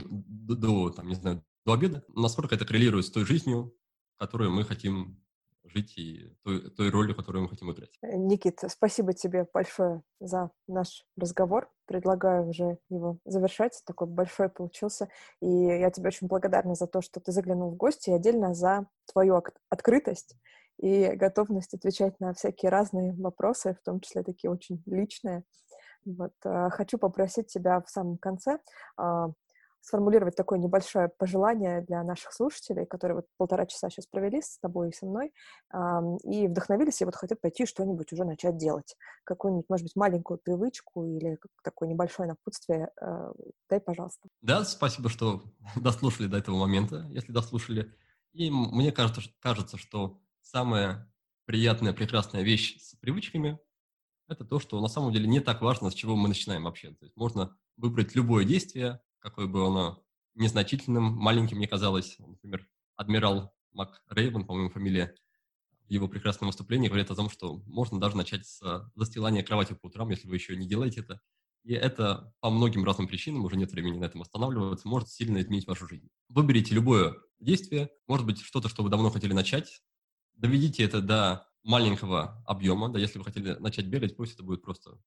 не знаю, до обеда, насколько это коррелирует с той жизнью, которую мы хотим жить, и той ролью, которую мы хотим играть. Никит, спасибо тебе большое за наш разговор. Предлагаю уже его завершать. Такой большой получился. И я тебе очень благодарна за то, что ты заглянул в гости, и отдельно за твою открытость и готовность отвечать на всякие разные вопросы, в том числе такие очень личные. Вот. Хочу попросить тебя в самом конце сформулировать такое небольшое пожелание для наших слушателей, которые вот 1,5 часа сейчас провели с тобой и со мной, и вдохновились, и вот хотят пойти что-нибудь уже начать делать. Какую-нибудь, может быть, маленькую привычку или такое небольшое напутствие. Дай, пожалуйста. Да, спасибо, что дослушали до этого момента, если дослушали. И мне кажется, что самая приятная, прекрасная вещь с привычками – это то, что на самом деле не так важно, с чего мы начинаем вообще. То есть можно выбрать любое действие, какое бы оно незначительным, маленьким не казалось. Например, адмирал Мак Рейвен, по-моему, фамилия, в его прекрасном выступлении говорит о том, что можно даже начать с застилания кровати по утрам, если вы еще не делаете это. И это по многим разным причинам, уже нет времени на этом останавливаться, может сильно изменить вашу жизнь. Выберите любое действие, может быть, что-то, что вы давно хотели начать, доведите это до маленького объема, да, если вы хотели начать бегать, пусть это будет просто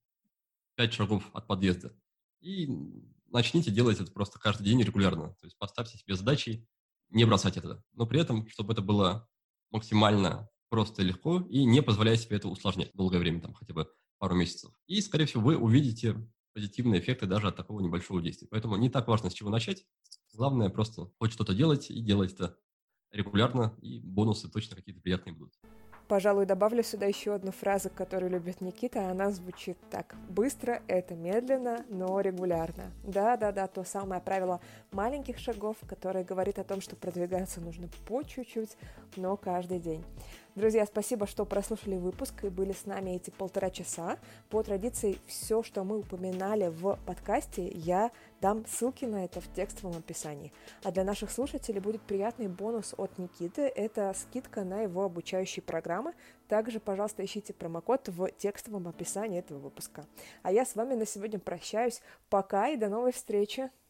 5 шагов от подъезда. И начните делать это просто каждый день регулярно. То есть поставьте себе задачи, не бросать это. Но при этом, чтобы это было максимально просто и легко, и не позволяя себе это усложнять долгое время, там хотя бы пару месяцев. И, скорее всего, вы увидите позитивные эффекты даже от такого небольшого действия. Поэтому не так важно, с чего начать. Главное просто хоть что-то делать и делать это регулярно, и бонусы точно какие-то приятные будут. Пожалуй, добавлю сюда еще одну фразу, которую любит Никита. Она звучит так: быстро — это медленно, но регулярно. Да-да-да, то самое правило маленьких шагов, которое говорит о том, что продвигаться нужно по чуть-чуть, но каждый день. Друзья, спасибо, что прослушали выпуск и были с нами эти 1,5 часа. По традиции, все, что мы упоминали в подкасте, я дам ссылки на это в текстовом описании. А для наших слушателей будет приятный бонус от Никиты. Это скидка на его обучающие программы. Также, пожалуйста, ищите промокод в текстовом описании этого выпуска. А я с вами на сегодня прощаюсь. Пока и до новой встречи!